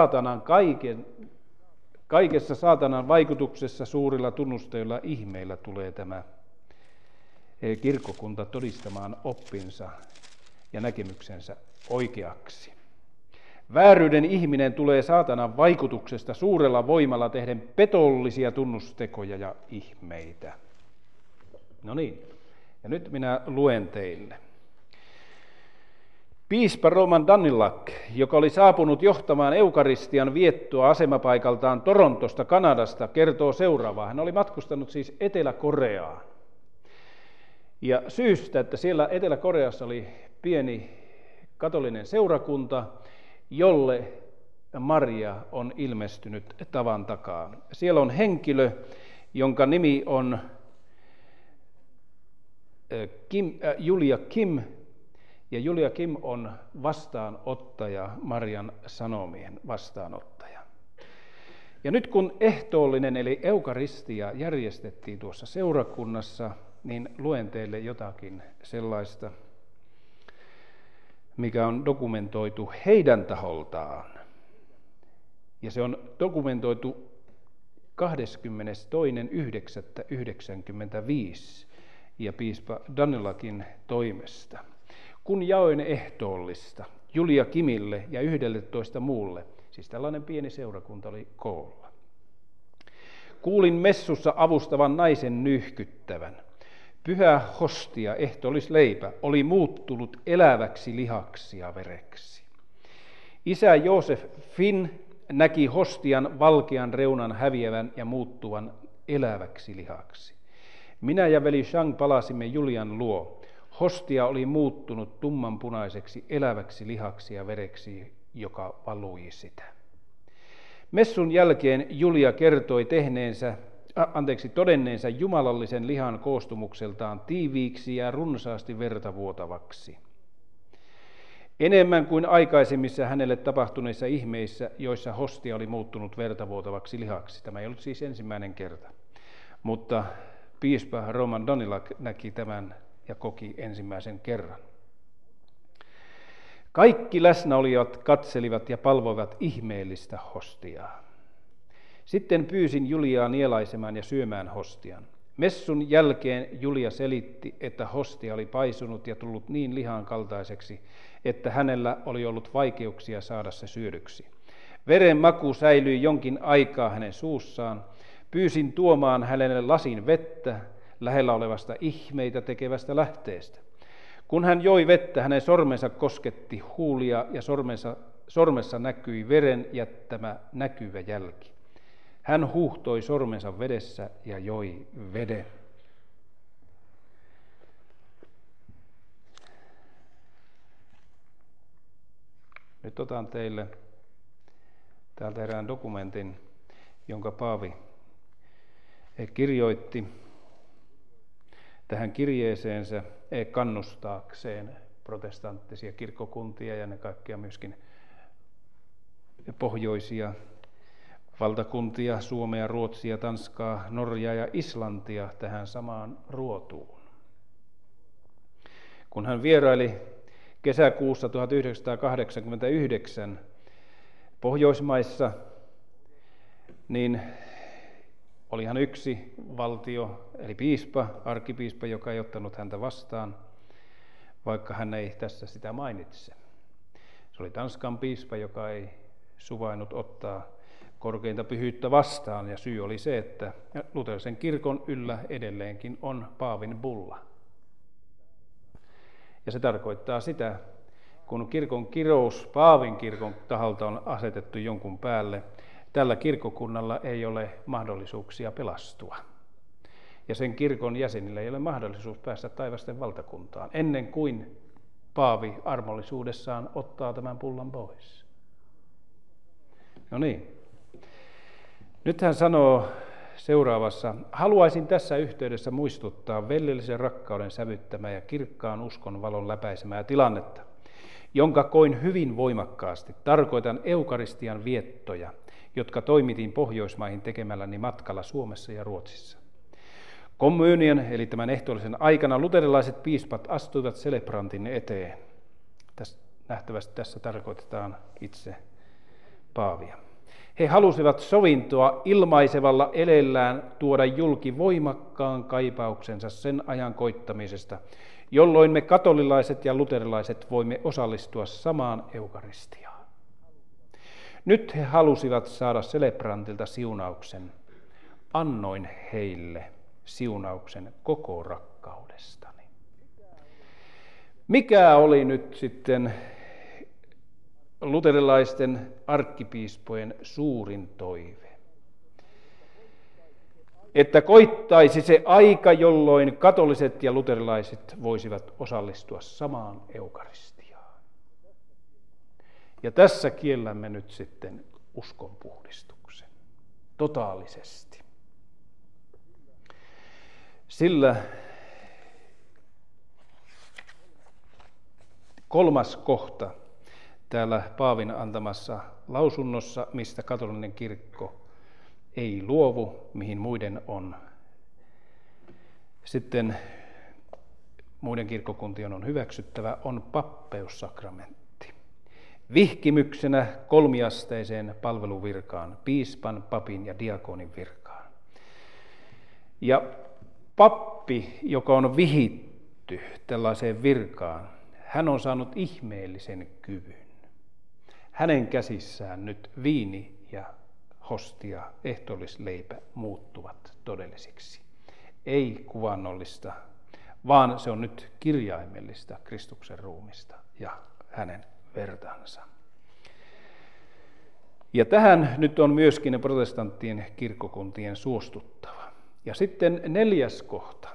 kaikessa saatanan vaikutuksessa suurilla tunnusteilla ihmeillä tulee tämä kirkkokunta todistamaan oppinsa ja näkemyksensä oikeaksi. Vääryyden ihminen tulee saatanan vaikutuksesta suurella voimalla tehden petollisia tunnustekoja ja ihmeitä. No niin, ja nyt minä luen teille. Piispa Roman Dannelag, joka oli saapunut johtamaan eukaristian viettoa asemapaikaltaan Torontosta, Kanadasta, kertoo seuraavaa. Hän oli matkustanut siis Etelä-Koreaan. Ja syystä, että siellä Etelä-Koreassa oli pieni katolinen seurakunta, jolle Maria on ilmestynyt tavan takaa. Siellä on henkilö, jonka nimi on Julia Kim, ja Julia Kim on vastaanottaja, Marian sanomien vastaanottaja. Ja nyt kun ehtoollinen eli eukaristia järjestettiin tuossa seurakunnassa, niin luen teille jotakin sellaista, mikä on dokumentoitu heidän taholtaan. Ja se on dokumentoitu 22.9.1995 ja piispa Dannelagin toimesta. Kun jaoin ehtoollista Julia Kimille ja 11 muulle, siis tällainen pieni seurakunta oli koolla. Kuulin messussa avustavan naisen nyyhkyttävän. Pyhä hostia, ehtoollisleipä, oli muuttunut eläväksi lihaksi ja vereksi. Isä Joosef Finn näki hostian valkean reunan häviävän ja muuttuvan eläväksi lihaksi. Minä ja veli Shang palasimme Julian luo. Hostia oli muuttunut tummanpunaiseksi eläväksi lihaksi ja vereksi, joka valui sitä. Messun jälkeen Julia kertoi todenneensa jumalallisen lihan koostumukseltaan tiiviiksi ja runsaasti verta vuotavaksi. Enemmän kuin aikaisemmissa hänelle tapahtuneissa ihmeissä, joissa hostia oli muuttunut verta vuotavaksi lihaksi. Tämä ei ollut siis ensimmäinen kerta, mutta piispa Roman Donilak näki tämän ja koki ensimmäisen kerran. Kaikki läsnäolijat katselivat ja palvoivat ihmeellistä hostiaa. Sitten pyysin Juliaa nielaisemaan ja syömään hostian. Messun jälkeen Julia selitti, että hostia oli paisunut ja tullut niin lihan kaltaiseksi, että hänellä oli ollut vaikeuksia saada se syödyksi. Veren maku säilyi jonkin aikaa hänen suussaan. Pyysin tuomaan hänelle lasin vettä lähellä olevasta ihmeitä tekevästä lähteestä. Kun hän joi vettä, hänen sormensa kosketti huulia ja sormessa näkyi veren jättämä näkyvä jälki. Hän huuhtoi sormensa vedessä ja joi veden. Nyt otan teille täältä erään dokumentin, jonka paavi kirjoitti tähän kirjeeseensä kannustaakseen protestanttisia kirkkokuntia ja ne kaikkia myöskin pohjoisia valtakuntia, Suomea, Ruotsia, Tanskaa, Norjaa ja Islantia tähän samaan ruotuun. Kun hän vieraili kesäkuussa 1989 Pohjoismaissa, niin olihan yksi valtio, eli arkkipiispa, joka ei ottanut häntä vastaan, vaikka hän ei tässä sitä mainitse. Se oli Tanskan piispa, joka ei suvainnut ottaa korkeinta pyhyyttä vastaan, ja syy oli se, että luterilaisen kirkon yllä edelleenkin on paavin bulla. Ja se tarkoittaa sitä, kun kirkon kirous paavin kirkon taholta on asetettu jonkun päälle, tällä kirkkokunnalla ei ole mahdollisuuksia pelastua. Ja sen kirkon jäsenillä ei ole mahdollisuus päästä taivasten valtakuntaan, ennen kuin paavi armollisuudessaan ottaa tämän pullan pois. No niin. Nyt hän sanoo seuraavassa: haluaisin tässä yhteydessä muistuttaa velillisen rakkauden sävyttämää ja kirkkaan uskon valon läpäisemää tilannetta, jonka koin hyvin voimakkaasti. Tarkoitan eukaristian viettoja, jotka toimitin Pohjoismaihin tekemälläni matkalla Suomessa ja Ruotsissa. Kommunion, eli tämän ehtoollisen aikana, luterilaiset piispat astuivat celebrantin eteen. Nähtävästi tässä tarkoitetaan itse paavia. He halusivat sovintoa ilmaisevalla elellään tuoda julki voimakkaan kaipauksensa sen ajan koittamisesta, jolloin me katolilaiset ja luterilaiset voimme osallistua samaan eukaristiaan. Nyt he halusivat saada celebrantilta siunauksen. Annoin heille siunauksen koko rakkaudestani. Mikä oli nyt sitten luterilaisten arkkipiispojen suurin toive? Että koittaisi se aika, jolloin katoliset ja luterilaiset voisivat osallistua samaan eukaristiaan. Ja tässä kiellämme nyt sitten uskonpuhdistuksen totaalisesti. Sillä kolmas kohta täällä paavin antamassa lausunnossa, mistä katolinen kirkko ei luovu, mihin muiden on sitten muiden kirkkokuntien on hyväksyttävä, on pappeussakramentti. Vihkimyksenä kolmiasteiseen palveluvirkaan, piispan, papin ja diakonin virkaan. Ja pappi, joka on vihitty tällaiseen virkaan, hän on saanut ihmeellisen kyvyn. Hänen käsissään nyt viini ja hostia, ehtoollisleipä muuttuvat todellisiksi. Ei kuvannollista, vaan se on nyt kirjaimellista Kristuksen ruumista ja hänen vertansa. Ja tähän nyt on myöskin protestanttien kirkkokuntien suostuttava. Ja sitten neljäs kohta,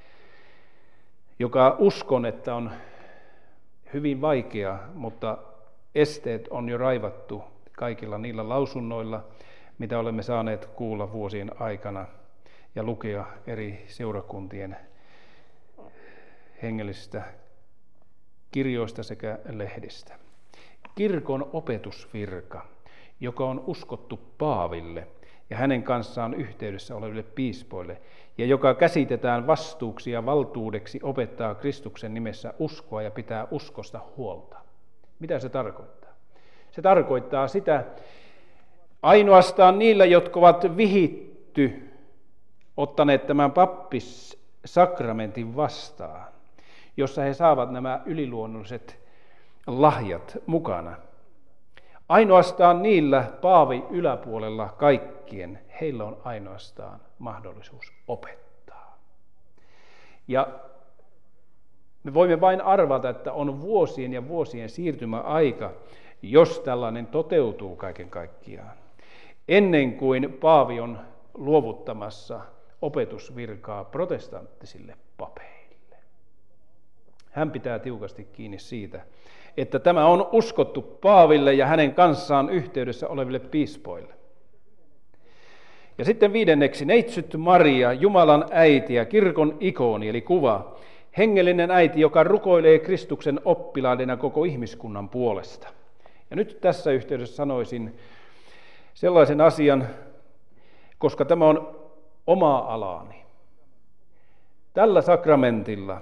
joka uskon, että on hyvin vaikea, mutta esteet on jo raivattu kaikilla niillä lausunnoilla, mitä olemme saaneet kuulla vuosien aikana ja lukea eri seurakuntien hengellisistä kirjoista sekä lehdistä. Kirkon opetusvirka, joka on uskottu Paaville ja hänen kanssaan yhteydessä oleville piispoille, ja joka käsitetään vastuuksi ja valtuudeksi opettaa Kristuksen nimessä uskoa ja pitää uskosta huolta. Mitä se tarkoittaa? Se tarkoittaa sitä ainoastaan niillä, jotka ovat vihitty, ottaneet tämän pappissakramentin vastaan, jossa he saavat nämä yliluonnolliset lahjat mukana. Ainoastaan niillä Paavi yläpuolella kaikkien, heillä on ainoastaan mahdollisuus opettaa. Ja me voimme vain arvata, että on vuosien ja vuosien siirtymäaika, jos tällainen toteutuu kaiken kaikkiaan, ennen kuin Paavi on luovuttamassa opetusvirkaa protestanttisille papeille. Hän pitää tiukasti kiinni siitä, että tämä on uskottu Paaville ja hänen kanssaan yhteydessä oleville piispoille. Ja sitten 5. neitsyt Maria, Jumalan äiti ja kirkon ikoni, eli kuva, hengellinen äiti, joka rukoilee Kristuksen oppilaidena koko ihmiskunnan puolesta. Ja nyt tässä yhteydessä sanoisin sellaisen asian, koska tämä on omaa alaani. Tällä sakramentilla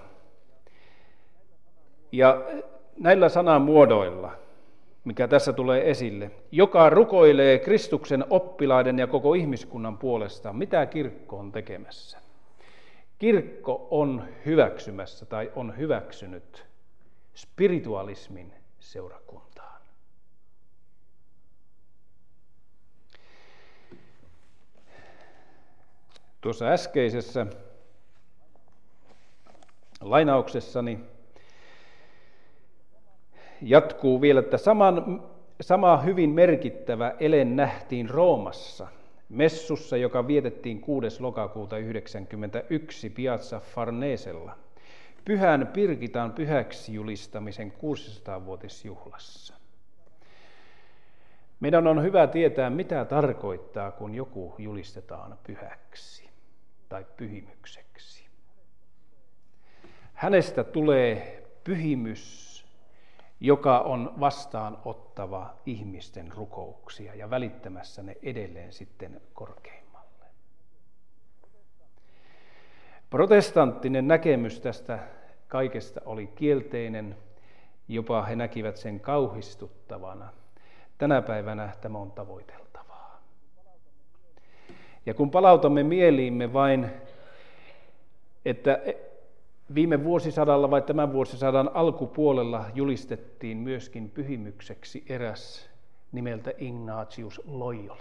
ja näillä sanamuodoilla, mikä tässä tulee esille, joka rukoilee Kristuksen oppilaiden ja koko ihmiskunnan puolesta, mitä kirkko on tekemässä? Kirkko on hyväksymässä tai on hyväksynyt spiritualismin seurakuntaan. Tuossa äskeisessä lainauksessani jatkuu vielä, että sama hyvin merkittävä ele nähtiin Roomassa, messussa, joka vietettiin 6. lokakuuta 1991 Piazza Farnesella, Pyhän Birgitan pyhäksi julistamisen 600-vuotisjuhlassa. Meidän on hyvä tietää, mitä tarkoittaa, kun joku julistetaan pyhäksi tai pyhimykseksi. Hänestä tulee pyhimys, joka on vastaanottava ihmisten rukouksia ja välittämässä ne edelleen sitten korkeimmalle. Protestanttinen näkemys tästä kaikesta oli kielteinen, jopa he näkivät sen kauhistuttavana. Tänä päivänä tämä on tavoiteltavaa. Ja kun palautamme mieliimme vain, että viime vuosisadalla vai tämän vuosisadan alkupuolella julistettiin myöskin pyhimykseksi eräs nimeltä Ignatius Loyola.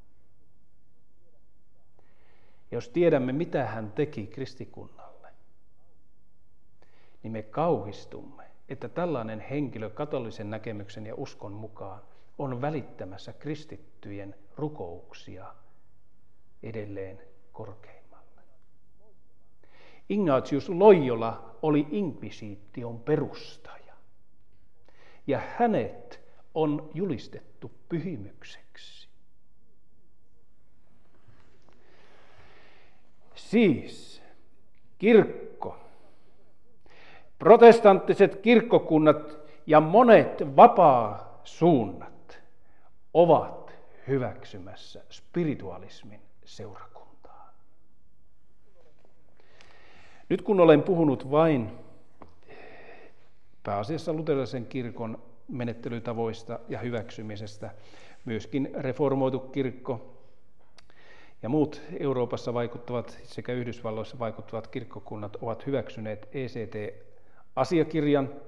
Jos tiedämme, mitä hän teki kristikunnalle, niin me kauhistumme, että tällainen henkilö katolisen näkemyksen ja uskon mukaan on välittämässä kristittyjen rukouksia edelleen korkeimmalle. Ignatius Loyola oli inkvisiition perustaja, ja hänet on julistettu pyhimykseksi. Siis kirkko, protestanttiset kirkkokunnat ja monet vapaa-suunnat ovat hyväksymässä spiritualismin seurakuntaa. Nyt kun olen puhunut vain pääasiassa luterilaisen kirkon menettelytavoista ja hyväksymisestä, myöskin reformoitu kirkko ja muut Euroopassa vaikuttavat sekä Yhdysvalloissa vaikuttavat kirkkokunnat ovat hyväksyneet ECT-asiakirjan,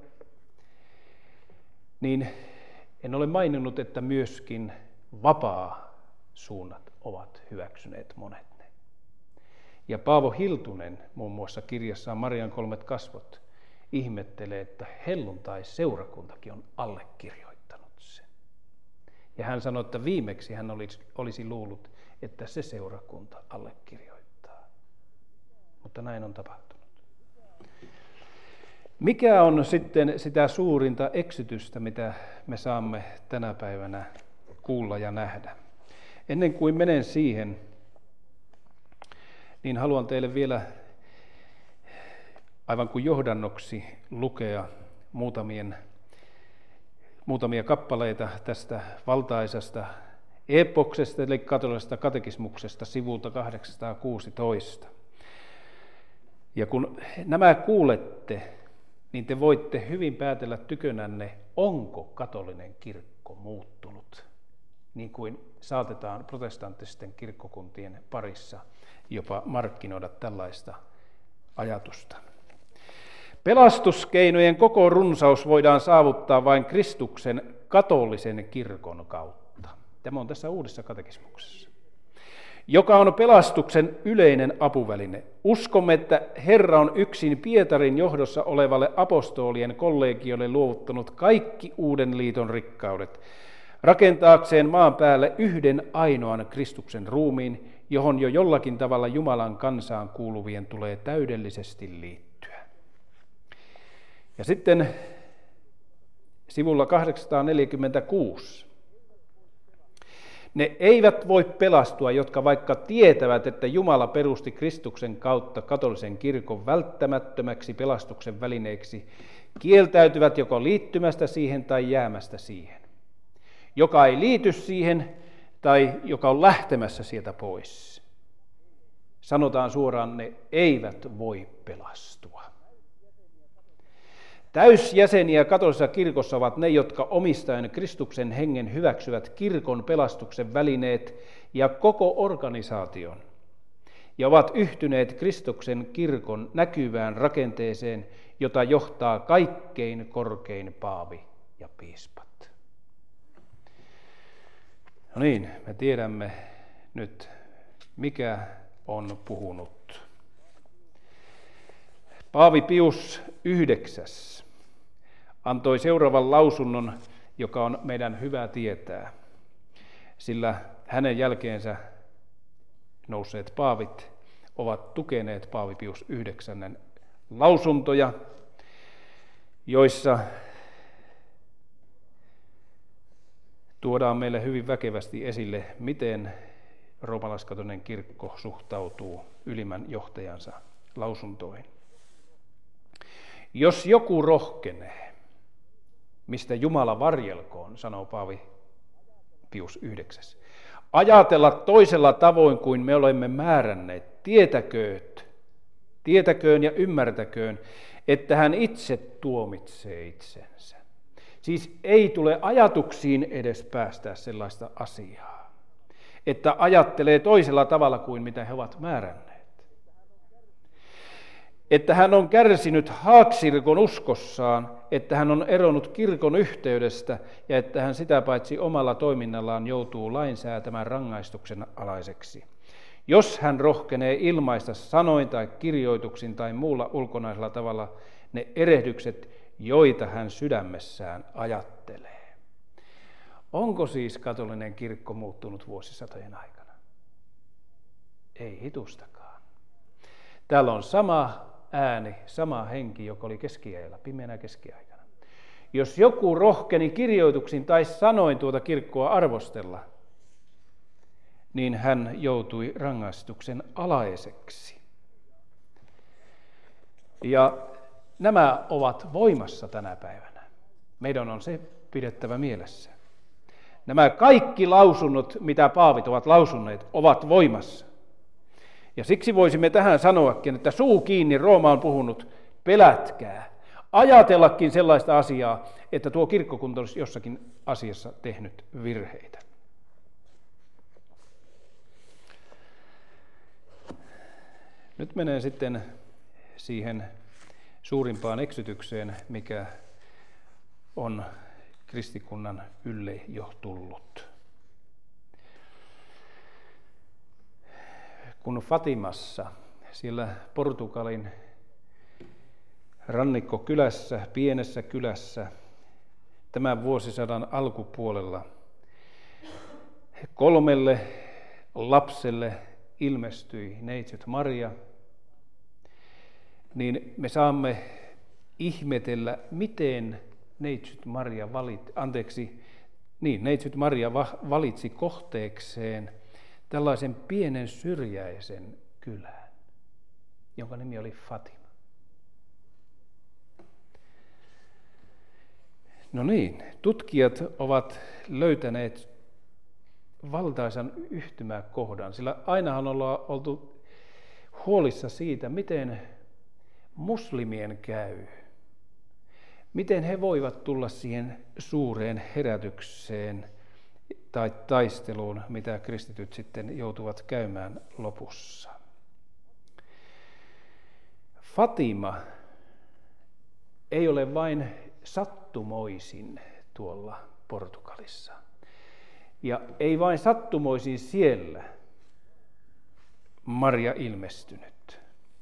niin en ole maininnut, että myöskin vapaa-suunnat ovat hyväksyneet monet ne. Ja Paavo Hiltunen muun muassa kirjassaan Marian 3 kasvot ihmettelee, että helluntai-seurakuntakin on allekirjoittanut sen. Ja hän sanoi, että viimeksi hän olisi luullut, että se seurakunta allekirjoittaa. Mutta näin on tapahtunut. Mikä on sitten sitä suurinta eksytystä, mitä me saamme tänä päivänä kuulla ja nähdä. Ennen kuin menen siihen, niin haluan teille vielä aivan kuin johdannoksi lukea muutamia kappaleita tästä valtaisesta epoksesta, eli katolisesta katekismuksesta sivulta 816. Ja kun nämä kuulette, niin te voitte hyvin päätellä tykönänne, onko katolinen kirkko muuttunut, niin kuin saatetaan protestanttisten kirkkokuntien parissa jopa markkinoida tällaista ajatusta. Pelastuskeinojen koko runsaus voidaan saavuttaa vain Kristuksen katolisen kirkon kautta. Tämä on tässä uudessa katekismuksessa, joka on pelastuksen yleinen apuväline. Uskomme, että Herra on yksin Pietarin johdossa olevalle apostolien kollegiolle luovuttanut kaikki uuden liiton rikkaudet, rakentaakseen maan päälle yhden ainoan Kristuksen ruumiin, johon jo jollakin tavalla Jumalan kansaan kuuluvien tulee täydellisesti liittyä. Ja sitten sivulla 846. Ne eivät voi pelastua, jotka vaikka tietävät, että Jumala perusti Kristuksen kautta katolisen kirkon välttämättömäksi pelastuksen välineeksi, kieltäytyvät joko liittymästä siihen tai jäämästä siihen. Joka ei liity siihen tai joka on lähtemässä sieltä pois. Sanotaan suoraan, ne eivät voi pelastua. Täysjäseniä katolisessa kirkossa ovat ne, jotka omistaen Kristuksen hengen hyväksyvät kirkon pelastuksen välineet ja koko organisaation, ja ovat yhtyneet Kristuksen kirkon näkyvään rakenteeseen, jota johtaa kaikkein korkein paavi ja piispat. No niin, me tiedämme nyt, mikä on puhunut. Paavi Pius IX antoi seuraavan lausunnon, joka on meidän hyvä tietää, sillä hänen jälkeensä nousseet paavit ovat tukeneet Paavi Pius IX lausuntoja, joissa tuodaan meille hyvin väkevästi esille, miten roomalaiskatolinen kirkko suhtautuu ylimmän johtajansa lausuntoihin. Jos joku rohkenee, mistä Jumala varjelkoon, sanoo Paavi Pius IX, ajatella toisella tavoin kuin me olemme määränneet, tietäköön ja ymmärtäköön, että hän itse tuomitsee itsensä. Siis ei tule ajatuksiin edes päästää sellaista asiaa, että ajattelee toisella tavalla kuin mitä he ovat määränneet. Että hän on kärsinyt haaksirkon uskossaan, että hän on eronnut kirkon yhteydestä ja että hän sitä paitsi omalla toiminnallaan joutuu lainsäätämän rangaistuksen alaiseksi. Jos hän rohkenee ilmaista sanoin tai kirjoituksin tai muulla ulkonaisella tavalla ne erehdykset, joita hän sydämessään ajattelee. Onko siis katolinen kirkko muuttunut vuosisatojen aikana? Ei hitustakaan. Täällä on sama ääni, sama henki, joka oli keskiajalla, pimeänä keskiaikana. Jos joku rohkeni kirjoituksin tai sanoin tuota kirkkoa arvostella, niin hän joutui rangaistuksen alaiseksi. Ja nämä ovat voimassa tänä päivänä. Meidän on se pidettävä mielessä. Nämä kaikki lausunnot, mitä paavit ovat lausunneet, ovat voimassa. Ja siksi voisimme tähän sanoakin, että suu kiinni, Rooma on puhunut, pelätkää. Ajatellakin sellaista asiaa, että tuo kirkkokunta olisi jossakin asiassa tehnyt virheitä. Nyt menen sitten siihen suurimpaan eksytykseen, mikä on kristikunnan ylle jo tullut. Kun Fatimassa, siellä Portugalin rannikkokylässä, pienessä kylässä, tämän vuosisadan alkupuolella 3 lapselle ilmestyi neitsyt Maria, niin me saamme ihmetellä, miten neitsyt Maria neitsyt Maria valitsi kohteekseen tällaisen pienen syrjäisen kylän, jonka nimi oli Fatima. No niin, tutkijat ovat löytäneet valtaisan yhtymäkohdan, sillä ainahan ollaan oltu huolissa siitä, miten muslimien käy. Miten he voivat tulla siihen suureen herätykseen tai taisteluun, mitä kristityt sitten joutuvat käymään lopussa. Fatima ei ole vain sattumoisin tuolla Portugalissa. Ja ei vain sattumoisin siellä Maria ilmestynyt,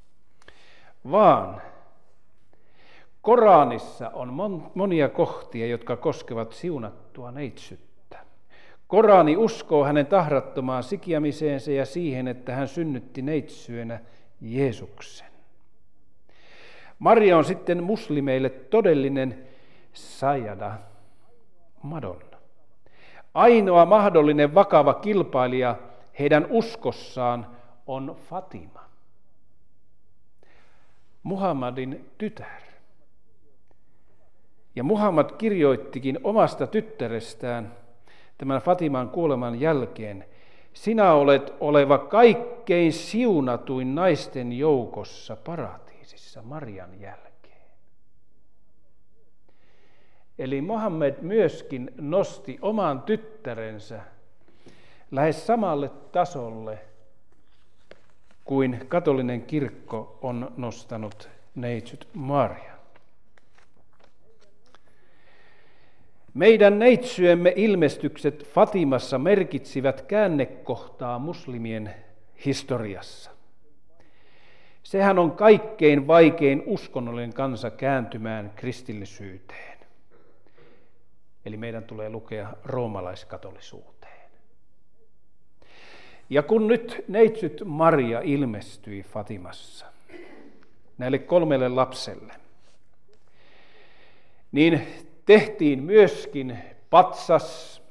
vaan Koranissa on monia kohtia, jotka koskevat siunattua neitsyttä. Korani uskoo hänen tahrattomaan sikiämiseensä ja siihen, että hän synnytti neitsyenä Jeesuksen. Maria on sitten muslimeille todellinen Sayyada, Madonna. Ainoa mahdollinen vakava kilpailija heidän uskossaan on Fatima, Muhammadin tytär. Ja Muhammad kirjoittikin omasta tyttärestään tämän Fatiman kuoleman jälkeen: sinä olet oleva kaikkein siunatuin naisten joukossa paratiisissa Marian jälkeen. Eli Muhammed myöskin nosti oman tyttärensä lähes samalle tasolle kuin katolinen kirkko on nostanut neitsyt Marian. Meidän neitsyemme ilmestykset Fatimassa merkitsivät käännekohtaa muslimien historiassa. Sehän on kaikkein vaikein uskonnollinen kansa kääntymään kristillisyyteen. Eli meidän tulee lukea roomalaiskatolisuuteen. Ja kun nyt neitsyt Maria ilmestyi Fatimassa näille 3 lapselle, niin tehtiin myöskin patsas,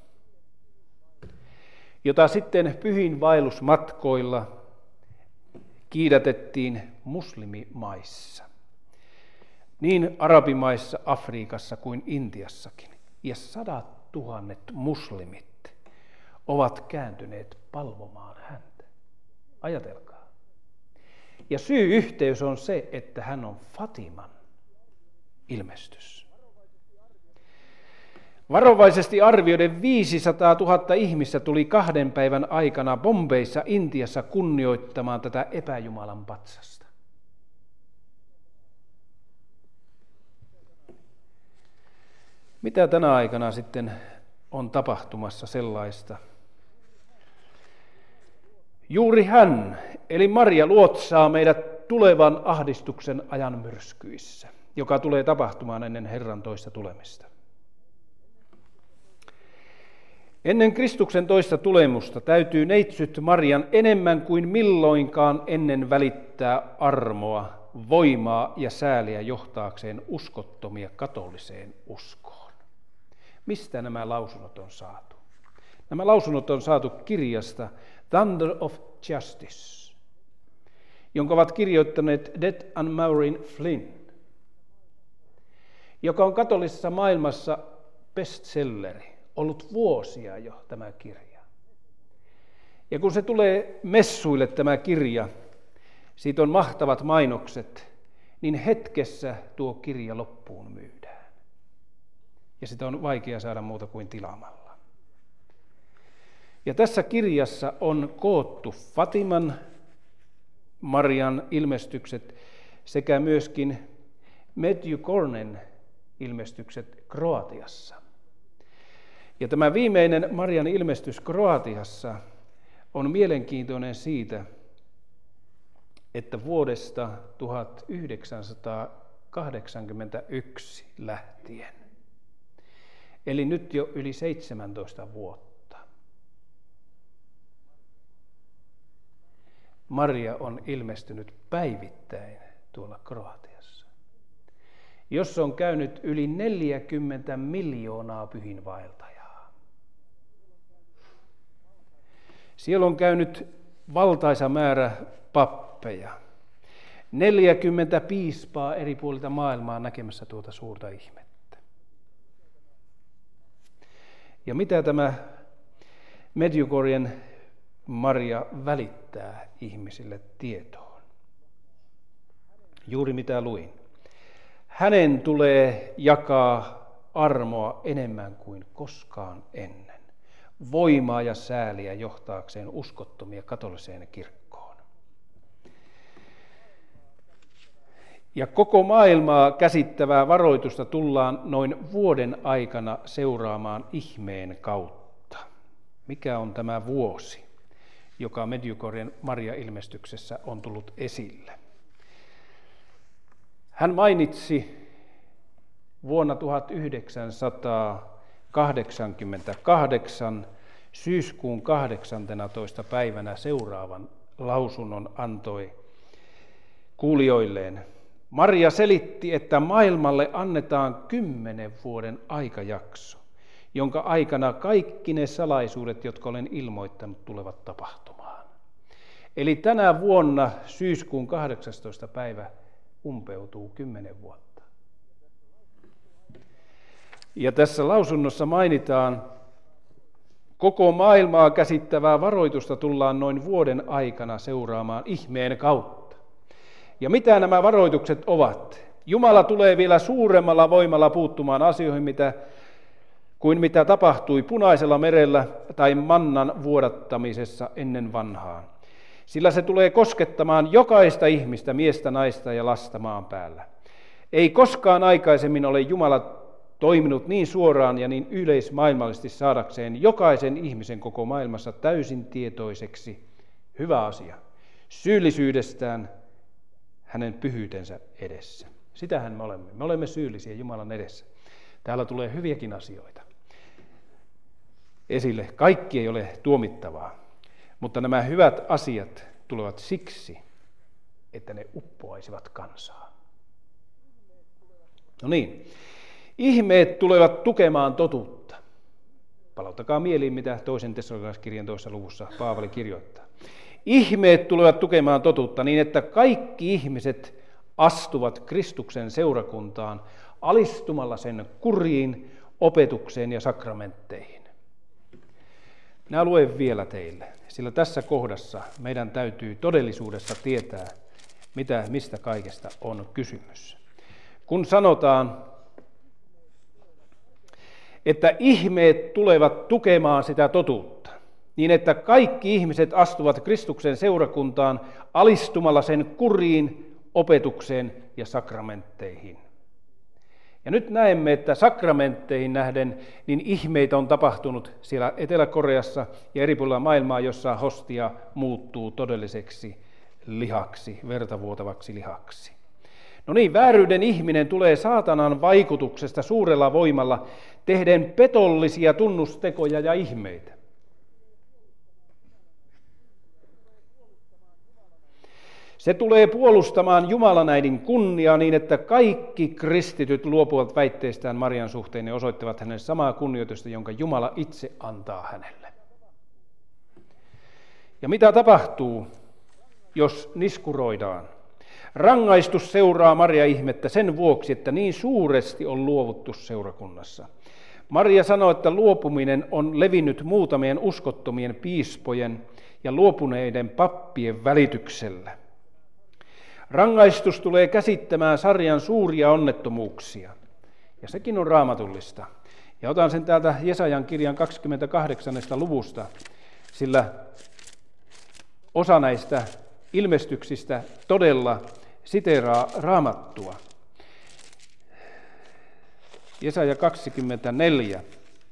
jota sitten pyhinvaellusmatkoilla kiidätettiin muslimimaissa, niin arabimaissa, Afrikassa kuin Intiassakin. Ja 100 000 muslimit ovat kääntyneet palvomaan häntä. Ajatelkaa. Ja syy-yhteys on se, että hän on Fatiman ilmestys. Varovaisesti arvioiden 500 000 ihmistä tuli 2 päivän aikana Bombeissa, Intiassa kunnioittamaan tätä epäjumalan patsasta. Mitä tänä aikana sitten on tapahtumassa sellaista? Juuri hän, eli Maria, luotsaa meidät tulevan ahdistuksen ajan myrskyissä, joka tulee tapahtumaan ennen Herran toista tulemista. Ennen Kristuksen toista tulemusta täytyy neitsyt Marian enemmän kuin milloinkaan ennen välittää armoa, voimaa ja sääliä johtaakseen uskottomia katoliseen uskoon. Mistä nämä lausunnot on saatu? Nämä lausunnot on saatu kirjasta Thunder of Justice, jonka ovat kirjoittaneet Det and Maureen Flynn, joka on katolisessa maailmassa bestselleri, ollut vuosia jo tämä kirja. Ja kun se tulee messuille tämä kirja, siitä on mahtavat mainokset, niin hetkessä tuo kirja loppuun myydään. Ja sitä on vaikea saada muuta kuin tilaamalla. Ja tässä kirjassa on koottu Fatiman, Marian ilmestykset sekä myöskin Matthew Cornen ilmestykset Kroatiassa. Ja tämä viimeinen Marian ilmestys Kroatiassa on mielenkiintoinen siitä, että vuodesta 1981 lähtien, eli nyt jo yli 17 vuotta, Maria on ilmestynyt päivittäin tuolla Kroatiassa, jossa on käynyt yli 40 miljoonaa pyhinvaeltajaa. Siellä on käynyt valtaisa määrä pappeja. 40 piispaa eri puolilta maailmaa näkemässä tuota suurta ihmettä. Ja mitä tämä Medjugorjen Maria välittää ihmisille tietoon? Juuri mitä luin. Hänen tulee jakaa armoa enemmän kuin koskaan ennen. Voimaa ja sääliä johtaakseen uskottomia katoliseen kirkkoon. Ja koko maailmaa käsittävää varoitusta tullaan noin vuoden aikana seuraamaan ihmeen kautta. Mikä on tämä vuosi, joka Medjugorjen Maria-ilmestyksessä on tullut esille? Hän mainitsi vuonna 1988 syyskuun 18. päivänä seuraavan lausunnon antoi kuulijoilleen. Maria selitti, että maailmalle annetaan 10 vuoden aikajakso, jonka aikana kaikki ne salaisuudet, jotka olen ilmoittanut, tulevat tapahtumaan. Eli tänä vuonna syyskuun 18. päivä umpeutuu 10 vuotta. Ja tässä lausunnossa mainitaan, koko maailmaa käsittävää varoitusta tullaan noin vuoden aikana seuraamaan ihmeen kautta. Ja mitä nämä varoitukset ovat? Jumala tulee vielä suuremmalla voimalla puuttumaan asioihin, kuin mitä tapahtui Punaisella merellä tai mannan vuodattamisessa ennen vanhaan. Sillä se tulee koskettamaan jokaista ihmistä, miestä, naista ja lasta maan päällä. Ei koskaan aikaisemmin ole Jumala toiminut niin suoraan ja niin yleismaailmallisesti saadakseen jokaisen ihmisen koko maailmassa täysin tietoiseksi, hyvä asia, syyllisyydestään hänen pyhyytensä edessä. Sitähän me olemme. Me olemme syyllisiä Jumalan edessä. Täällä tulee hyviäkin asioita esille. Kaikki ei ole tuomittavaa, mutta nämä hyvät asiat tulevat siksi, että ne uppoaisivat kansaa. No niin, ihmeet tulevat tukemaan totuutta. Palauttakaa mieliin, mitä 2. Tessalonikalaiskirjan 2. luvussa Paavali kirjoittaa. Ihmeet tulevat tukemaan totuutta niin, että kaikki ihmiset astuvat Kristuksen seurakuntaan alistumalla sen kuriin, opetukseen ja sakramentteihin. Minä luen vielä teille, sillä tässä kohdassa meidän täytyy todellisuudessa tietää, mistä kaikesta on kysymys. Kun sanotaan, että ihmeet tulevat tukemaan sitä totuutta, niin että kaikki ihmiset astuvat Kristuksen seurakuntaan alistumalla sen kuriin, opetukseen ja sakramentteihin. Ja nyt näemme, että sakramentteihin nähden niin ihmeitä on tapahtunut siellä Etelä-Koreassa ja eri puolilla maailmaa, jossa hostia muuttuu todelliseksi lihaksi, vertavuotavaksi lihaksi. No niin, vääryyden ihminen tulee saatanan vaikutuksesta suurella voimalla tehden petollisia tunnustekoja ja ihmeitä. Se tulee puolustamaan Jumalan äidin kunniaa niin, että kaikki kristityt luopuvat väitteistään Marian suhteen ja osoittavat hänelle samaa kunnioitusta, jonka Jumala itse antaa hänelle. Ja mitä tapahtuu, jos niskuroidaan? Rangaistus seuraa Maria-ihmettä sen vuoksi, että niin suuresti on luovuttu seurakunnassa. Maria sanoi, että luopuminen on levinnyt muutamien uskottomien piispojen ja luopuneiden pappien välityksellä. Rangaistus tulee käsittämään sarjan suuria onnettomuuksia, ja sekin on raamatullista. Ja otan sen täältä Jesajan kirjan 28. luvusta, sillä osa näistä ilmestyksistä todella siteeraa Raamattua. Jesaja 24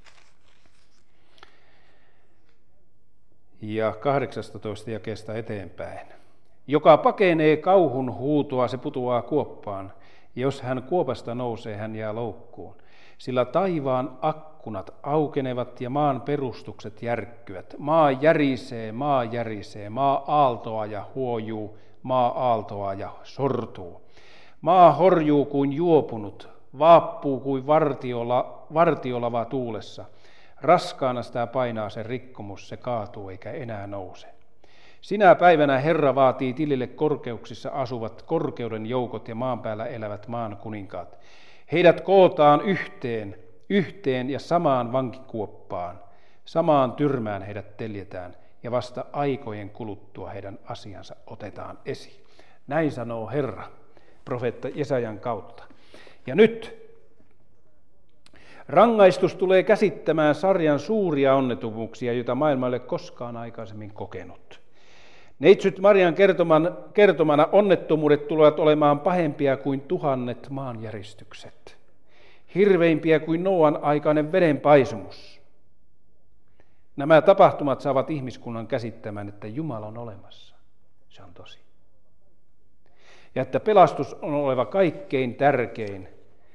ja 18 jakeesta eteenpäin. Joka pakenee kauhun huutoa, se putoaa kuoppaan. Jos hän kuopasta nousee, hän jää loukkuun. Sillä taivaan akkunat aukenevat ja maan perustukset järkkyvät. Maa järisee, maa aaltoa ja huojuu, maa aaltoa ja sortuu. Maa horjuu kuin juopunut, vaappuu kuin vartiolava tuulessa. Raskaana sitä painaa sen rikkomus, se kaatuu eikä enää nouse. Sinä päivänä Herra vaatii tilille korkeuksissa asuvat korkeuden joukot ja maan päällä elävät maan kuninkaat. Heidät kootaan yhteen ja samaan vankikuoppaan. Samaan tyrmään heidät teljetään ja vasta aikojen kuluttua heidän asiansa otetaan esiin. Näin sanoo Herra profeetta Jesajan kautta. Ja nyt rangaistus tulee käsittämään sarjan suuria onnettomuuksia, joita maailma ei ole koskaan aikaisemmin kokenut. Neitsyt Marian kertomana onnettomuudet tulevat olemaan pahempia kuin 1000 maanjäristykset, hirveimpiä kuin Nooan aikainen vedenpaisumus. Nämä tapahtumat saavat ihmiskunnan käsittämään, että Jumala on olemassa. Se on tosi. Ja että pelastus on oleva kaikkein tärkein.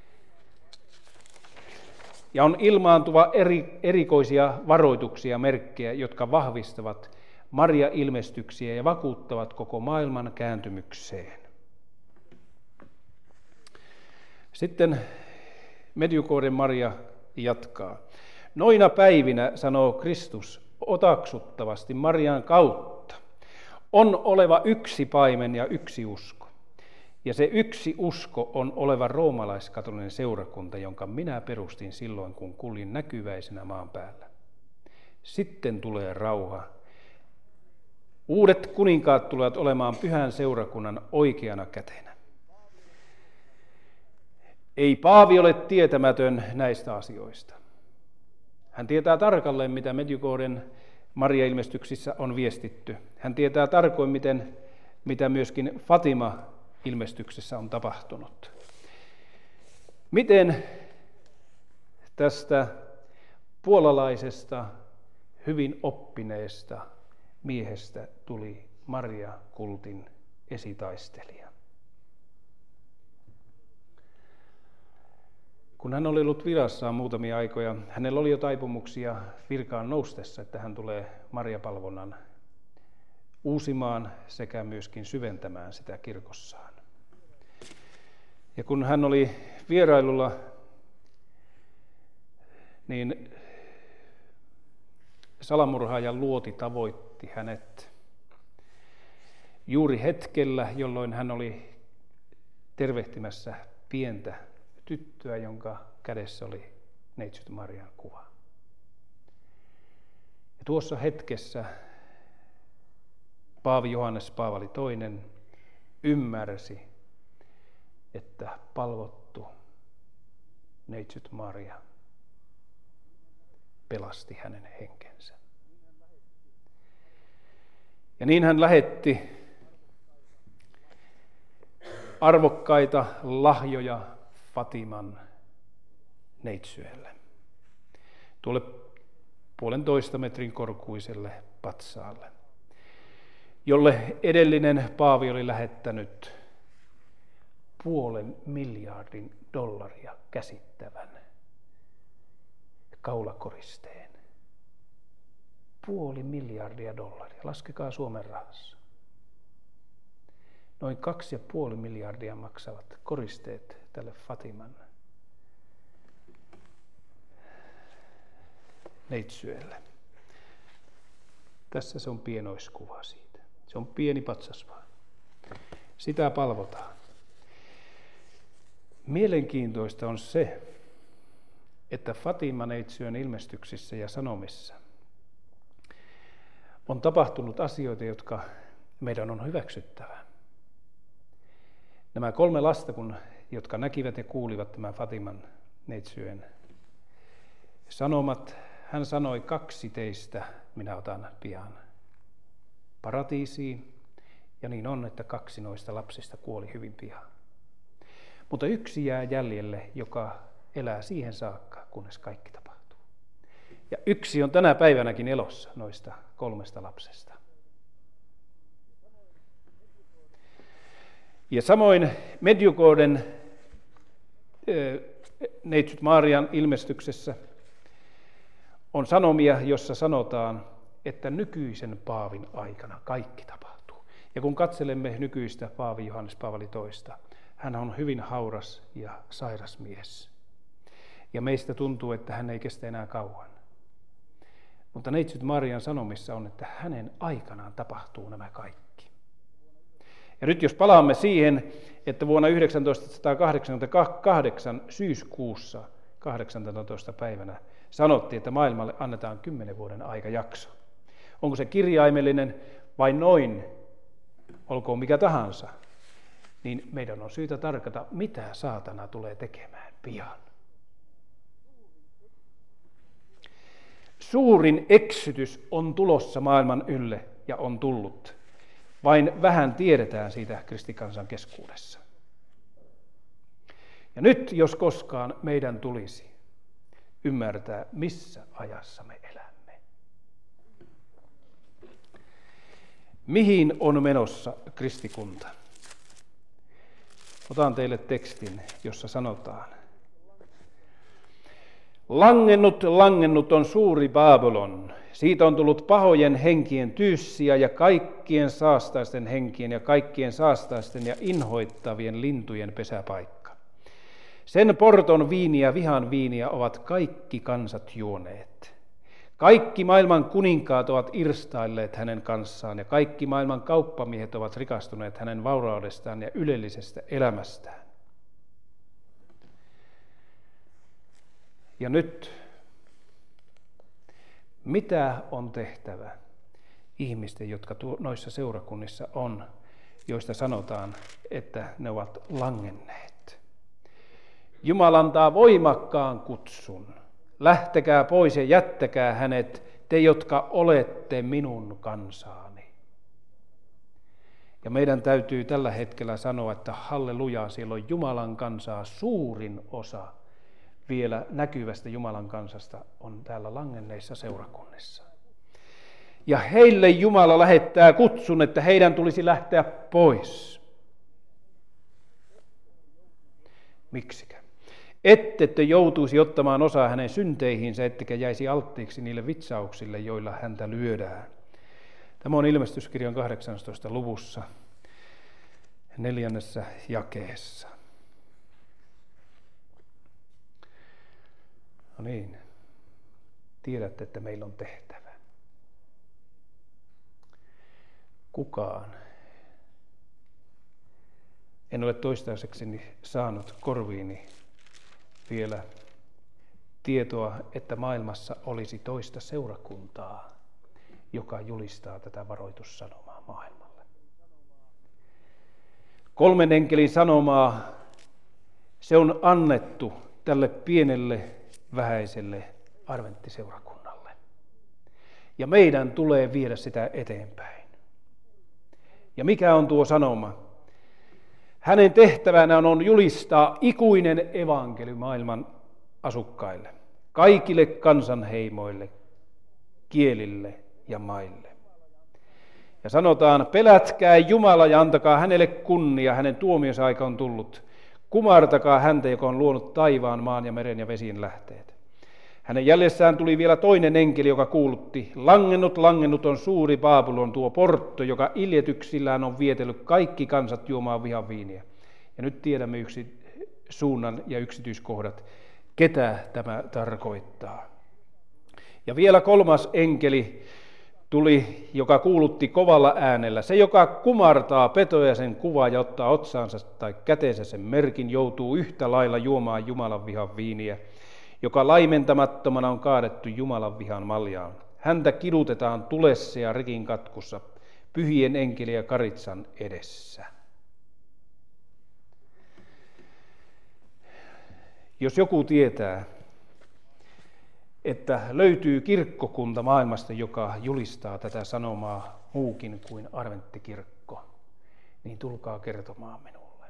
Ja on ilmaantuva erikoisia varoituksia ja merkkejä, jotka vahvistavat Maria-ilmestyksiä ja vakuuttavat koko maailman kääntymykseen. Sitten Medjugorjen Maria jatkaa. Noina päivinä, sanoo Kristus otaksuttavasti Marian kautta, on oleva yksi paimen ja yksi usko. Ja se yksi usko on oleva roomalaiskatolinen seurakunta, jonka minä perustin silloin, kun kuljin näkyväisenä maan päällä. Sitten tulee rauha. Uudet kuninkaat tulevat olemaan pyhän seurakunnan oikeana kätenä. Ei paavi ole tietämätön näistä asioista. Hän tietää tarkalleen, mitä Medjugorjen Maria-ilmestyksissä on viestitty. Hän tietää tarkoin, mitä myöskin Fatima-ilmestyksessä on tapahtunut. Miten tästä puolalaisesta, hyvin oppineesta miehestä tuli Maria-kultin esitaistelija? Kun hän oli ollut virassaan muutamia aikoja, hänellä oli jo taipumuksia virkaan noustessa, että hän tulee Maria-palvonnan uusimaan sekä myöskin syventämään sitä kirkossaan. Ja kun hän oli vierailulla, niin salamurhaajan luoti tavoitti hänet juuri hetkellä, jolloin hän oli tervehtimässä pientä tyttöä, jonka kädessä oli neitsyt Marian kuva. Ja tuossa hetkessä Paavi Johannes Paavali II ymmärsi, että palvottu neitsyt Maria pelasti hänen henkensä. Ja niin hän lähetti arvokkaita lahjoja Fatiman neitsyölle, tuolle 1,5 metrin korkuiselle patsaalle, jolle edellinen paavi oli lähettänyt $500 million käsittävän kaulakoristeen. $500 miljardia. Laskekaa Suomen rahassa. Noin 2,5 miljardia maksavat koristeet tälle Fatiman neitsyölle. Tässä se on pienoiskuva siitä. Se on pieni patsas vaan. Sitä palvotaan. Mielenkiintoista on se, että Fatima-neitsyön ilmestyksissä ja sanomissa on tapahtunut asioita, jotka meidän on hyväksyttävä. Nämä 3 lasta, jotka näkivät ja kuulivat tämän Fatiman neitsyön sanomat, hän sanoi, 2 teistä minä otan pian paratiisiin. Ja niin on, että 2 noista lapsista kuoli hyvin pian. Mutta 1 jää jäljelle, joka elää siihen saakka, kunnes kaikki tapahtuu. Ja 1 on tänä päivänäkin elossa noista 3 lapsesta. Ja samoin Medjugorjen neitsyt Marian ilmestyksessä on sanomia, jossa sanotaan, että nykyisen paavin aikana kaikki tapahtuu. Ja kun katselemme nykyistä paavi Johannes Paavali II, hän on hyvin hauras ja sairas mies. Ja meistä tuntuu, että hän ei kestä enää kauan. Mutta neitsyt Marian sanomissa on, että hänen aikanaan tapahtuu nämä kaikki. Ja nyt jos palaamme siihen, että vuonna 1988 syyskuussa 18. päivänä sanottiin, että maailmalle annetaan 10 vuoden aikajakso. Onko se kirjaimellinen vai noin, olkoon mikä tahansa, niin meidän on syytä tarkata, mitä saatana tulee tekemään pian. Suurin eksytys on tulossa maailman ylle ja on tullut. Vain vähän tiedetään siitä kristikansan keskuudessa. Ja nyt, jos koskaan, meidän tulisi ymmärtää, missä ajassa me elämme. Mihin on menossa kristikunta? Otan teille tekstin, jossa sanotaan: Langennut on suuri Babylon. Siitä on tullut pahojen henkien tyyssiä ja kaikkien saastaisten henkien ja kaikkien saastaisten ja inhoittavien lintujen pesäpaikka. Sen porton viiniä, vihan viiniä ovat kaikki kansat juoneet. Kaikki maailman kuninkaat ovat irstailleet hänen kanssaan ja kaikki maailman kauppamiehet ovat rikastuneet hänen vauraudestaan ja ylellisestä elämästään. Ja nyt, mitä on tehtävä ihmisten, jotka noissa seurakunnissa on, joista sanotaan, että ne ovat langenneet? Jumala antaa voimakkaan kutsun. Lähtekää pois ja jättäkää hänet, te jotka olette minun kansaani. Ja meidän täytyy tällä hetkellä sanoa, että halleluja, siellä on Jumalan kansaa suurin osa. Vielä näkyvästä Jumalan kansasta on täällä langenneissa seurakunnissa. Ja heille Jumala lähettää kutsun, että heidän tulisi lähteä pois. Miksikä? Ette joutuisi ottamaan osaa hänen synteihinsä, ettekä jäisi alttiiksi niille vitsauksille, joilla häntä lyödään. Tämä on Ilmestyskirjan 18. luvussa 4. jakeessa. No niin, tiedätte, että meillä on tehtävä. Kukaan en ole toistaiseksi saanut korviini vielä tietoa, että maailmassa olisi toista seurakuntaa, joka julistaa tätä varoitussanomaa maailmalle. 3 enkelin sanomaa, se on annettu tälle pienelle vähäiselle adventtiseurakunnalle. Ja meidän tulee viedä sitä eteenpäin. Ja mikä on tuo sanoma? Hänen tehtävänään on julistaa ikuinen evankeliumi maailman asukkaille, kaikille kansanheimoille, kielille ja maille. Ja sanotaan, pelätkää Jumala ja antakaa hänelle kunnia, hänen tuomionsa aika on tullut. Kumartakaa häntä, joka on luonut taivaan, maan ja meren ja vesien lähteet. Hänen jäljessään tuli vielä toinen enkeli, joka kuulutti, langennut on suuri Babylon, tuo portto, joka iljetyksillään on vietellyt kaikki kansat juomaan vihan viiniä. Ja nyt tiedämme yksi suunnan ja yksityiskohdat, ketä tämä tarkoittaa. Ja vielä 3. enkeli tuli, joka kuulutti kovalla äänellä. Se, joka kumartaa petoja sen kuvaa ja ottaa otsaansa tai käteensä sen merkin, joutuu yhtä lailla juomaan Jumalan vihan viiniä, joka laimentamattomana on kaadettu Jumalan vihan maljaan. Häntä kidutetaan tulessa ja rikin katkussa, pyhien enkelien ja karitsan edessä. Jos joku tietää, että löytyy kirkkokunta maailmasta, joka julistaa tätä sanomaa muukin kuin adventtikirkko, niin tulkaa kertomaan minulle.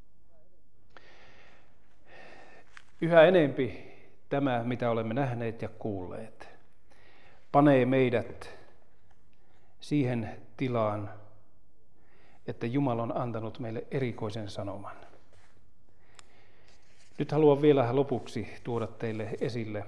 Yhä enempi tämä, mitä olemme nähneet ja kuulleet, panee meidät siihen tilaan, että Jumala on antanut meille erikoisen sanoman. Nyt haluan vielä lopuksi tuoda teille esille,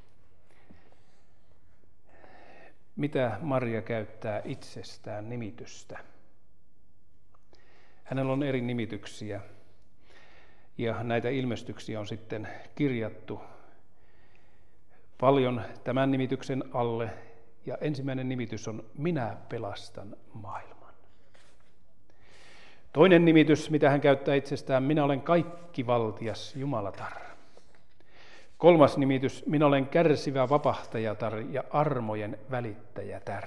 mitä Maria käyttää itsestään nimitystä. Hänellä on eri nimityksiä ja näitä ilmestyksiä on sitten kirjattu paljon tämän nimityksen alle Ja ensimmäinen nimitys on Minä pelastan maailman. Toinen nimitys, mitä hän käyttää itsestään, minä olen kaikkivaltias Jumalatar. Kolmas nimitys, minä olen kärsivä vapahtajatar ja armojen välittäjätär.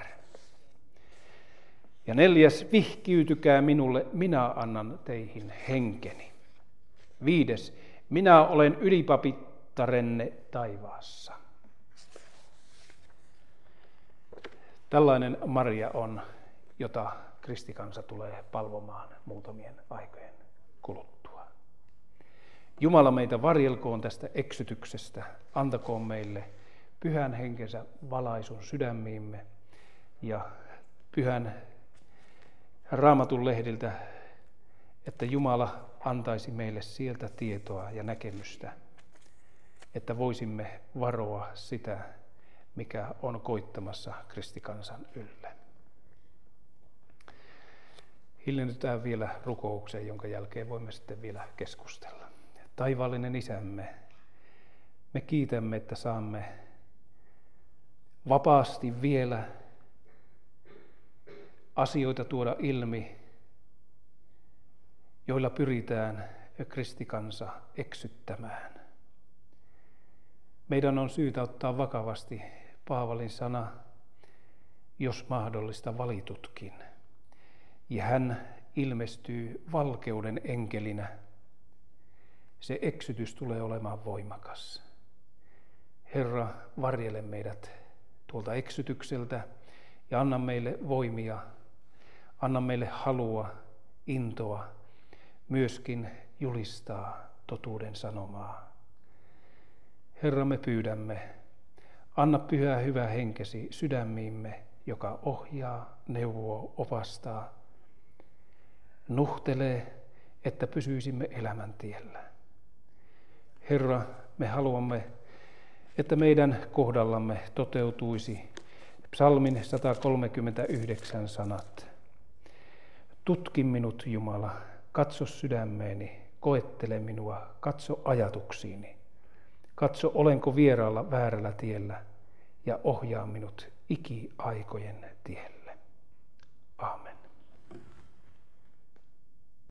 Ja neljäs, vihkiytykää minulle, minä annan teihin henkeni. Viides, minä olen ylipapittarenne taivaassa. Tällainen Maria on, jota kristikansa tulee palvomaan muutamien aikojen kuluttua. Jumala meitä varjelkoon tästä eksytyksestä, antakoon meille pyhän henkensä valaisun sydämiimme ja pyhän Raamatun lehdiltä, että Jumala antaisi meille sieltä tietoa ja näkemystä, että voisimme varoa sitä, mikä on koittamassa kristikansan ylle. Hiljennytään vielä rukoukseen, jonka jälkeen voimme sitten vielä keskustella. Taivaallinen Isämme, me kiitämme, että saamme vapaasti vielä asioita tuoda ilmi, joilla pyritään kristikansa eksyttämään. Meidän on syytä ottaa vakavasti Paavalin sana, jos mahdollista valitutkin. Ja hän ilmestyy valkeuden enkelinä. Se eksytys tulee olemaan voimakas. Herra, varjele meidät tuolta eksytykseltä ja anna meille voimia, anna meille halua, intoa, myöskin julistaa totuuden sanomaa. Herra, me pyydämme, anna pyhä hyvä henkesi sydämiimme, joka ohjaa, neuvoo, opastaa, nuhtelee, että pysyisimme elämän tiellä. Herra, me haluamme, että meidän kohdallamme toteutuisi psalmin 139 sanat. Tutki minut, Jumala, katso sydämeeni, koettele minua, katso ajatuksiini. Katso, olenko vieraalla väärällä tiellä ja ohjaa minut ikiaikojen tielle. Aamen.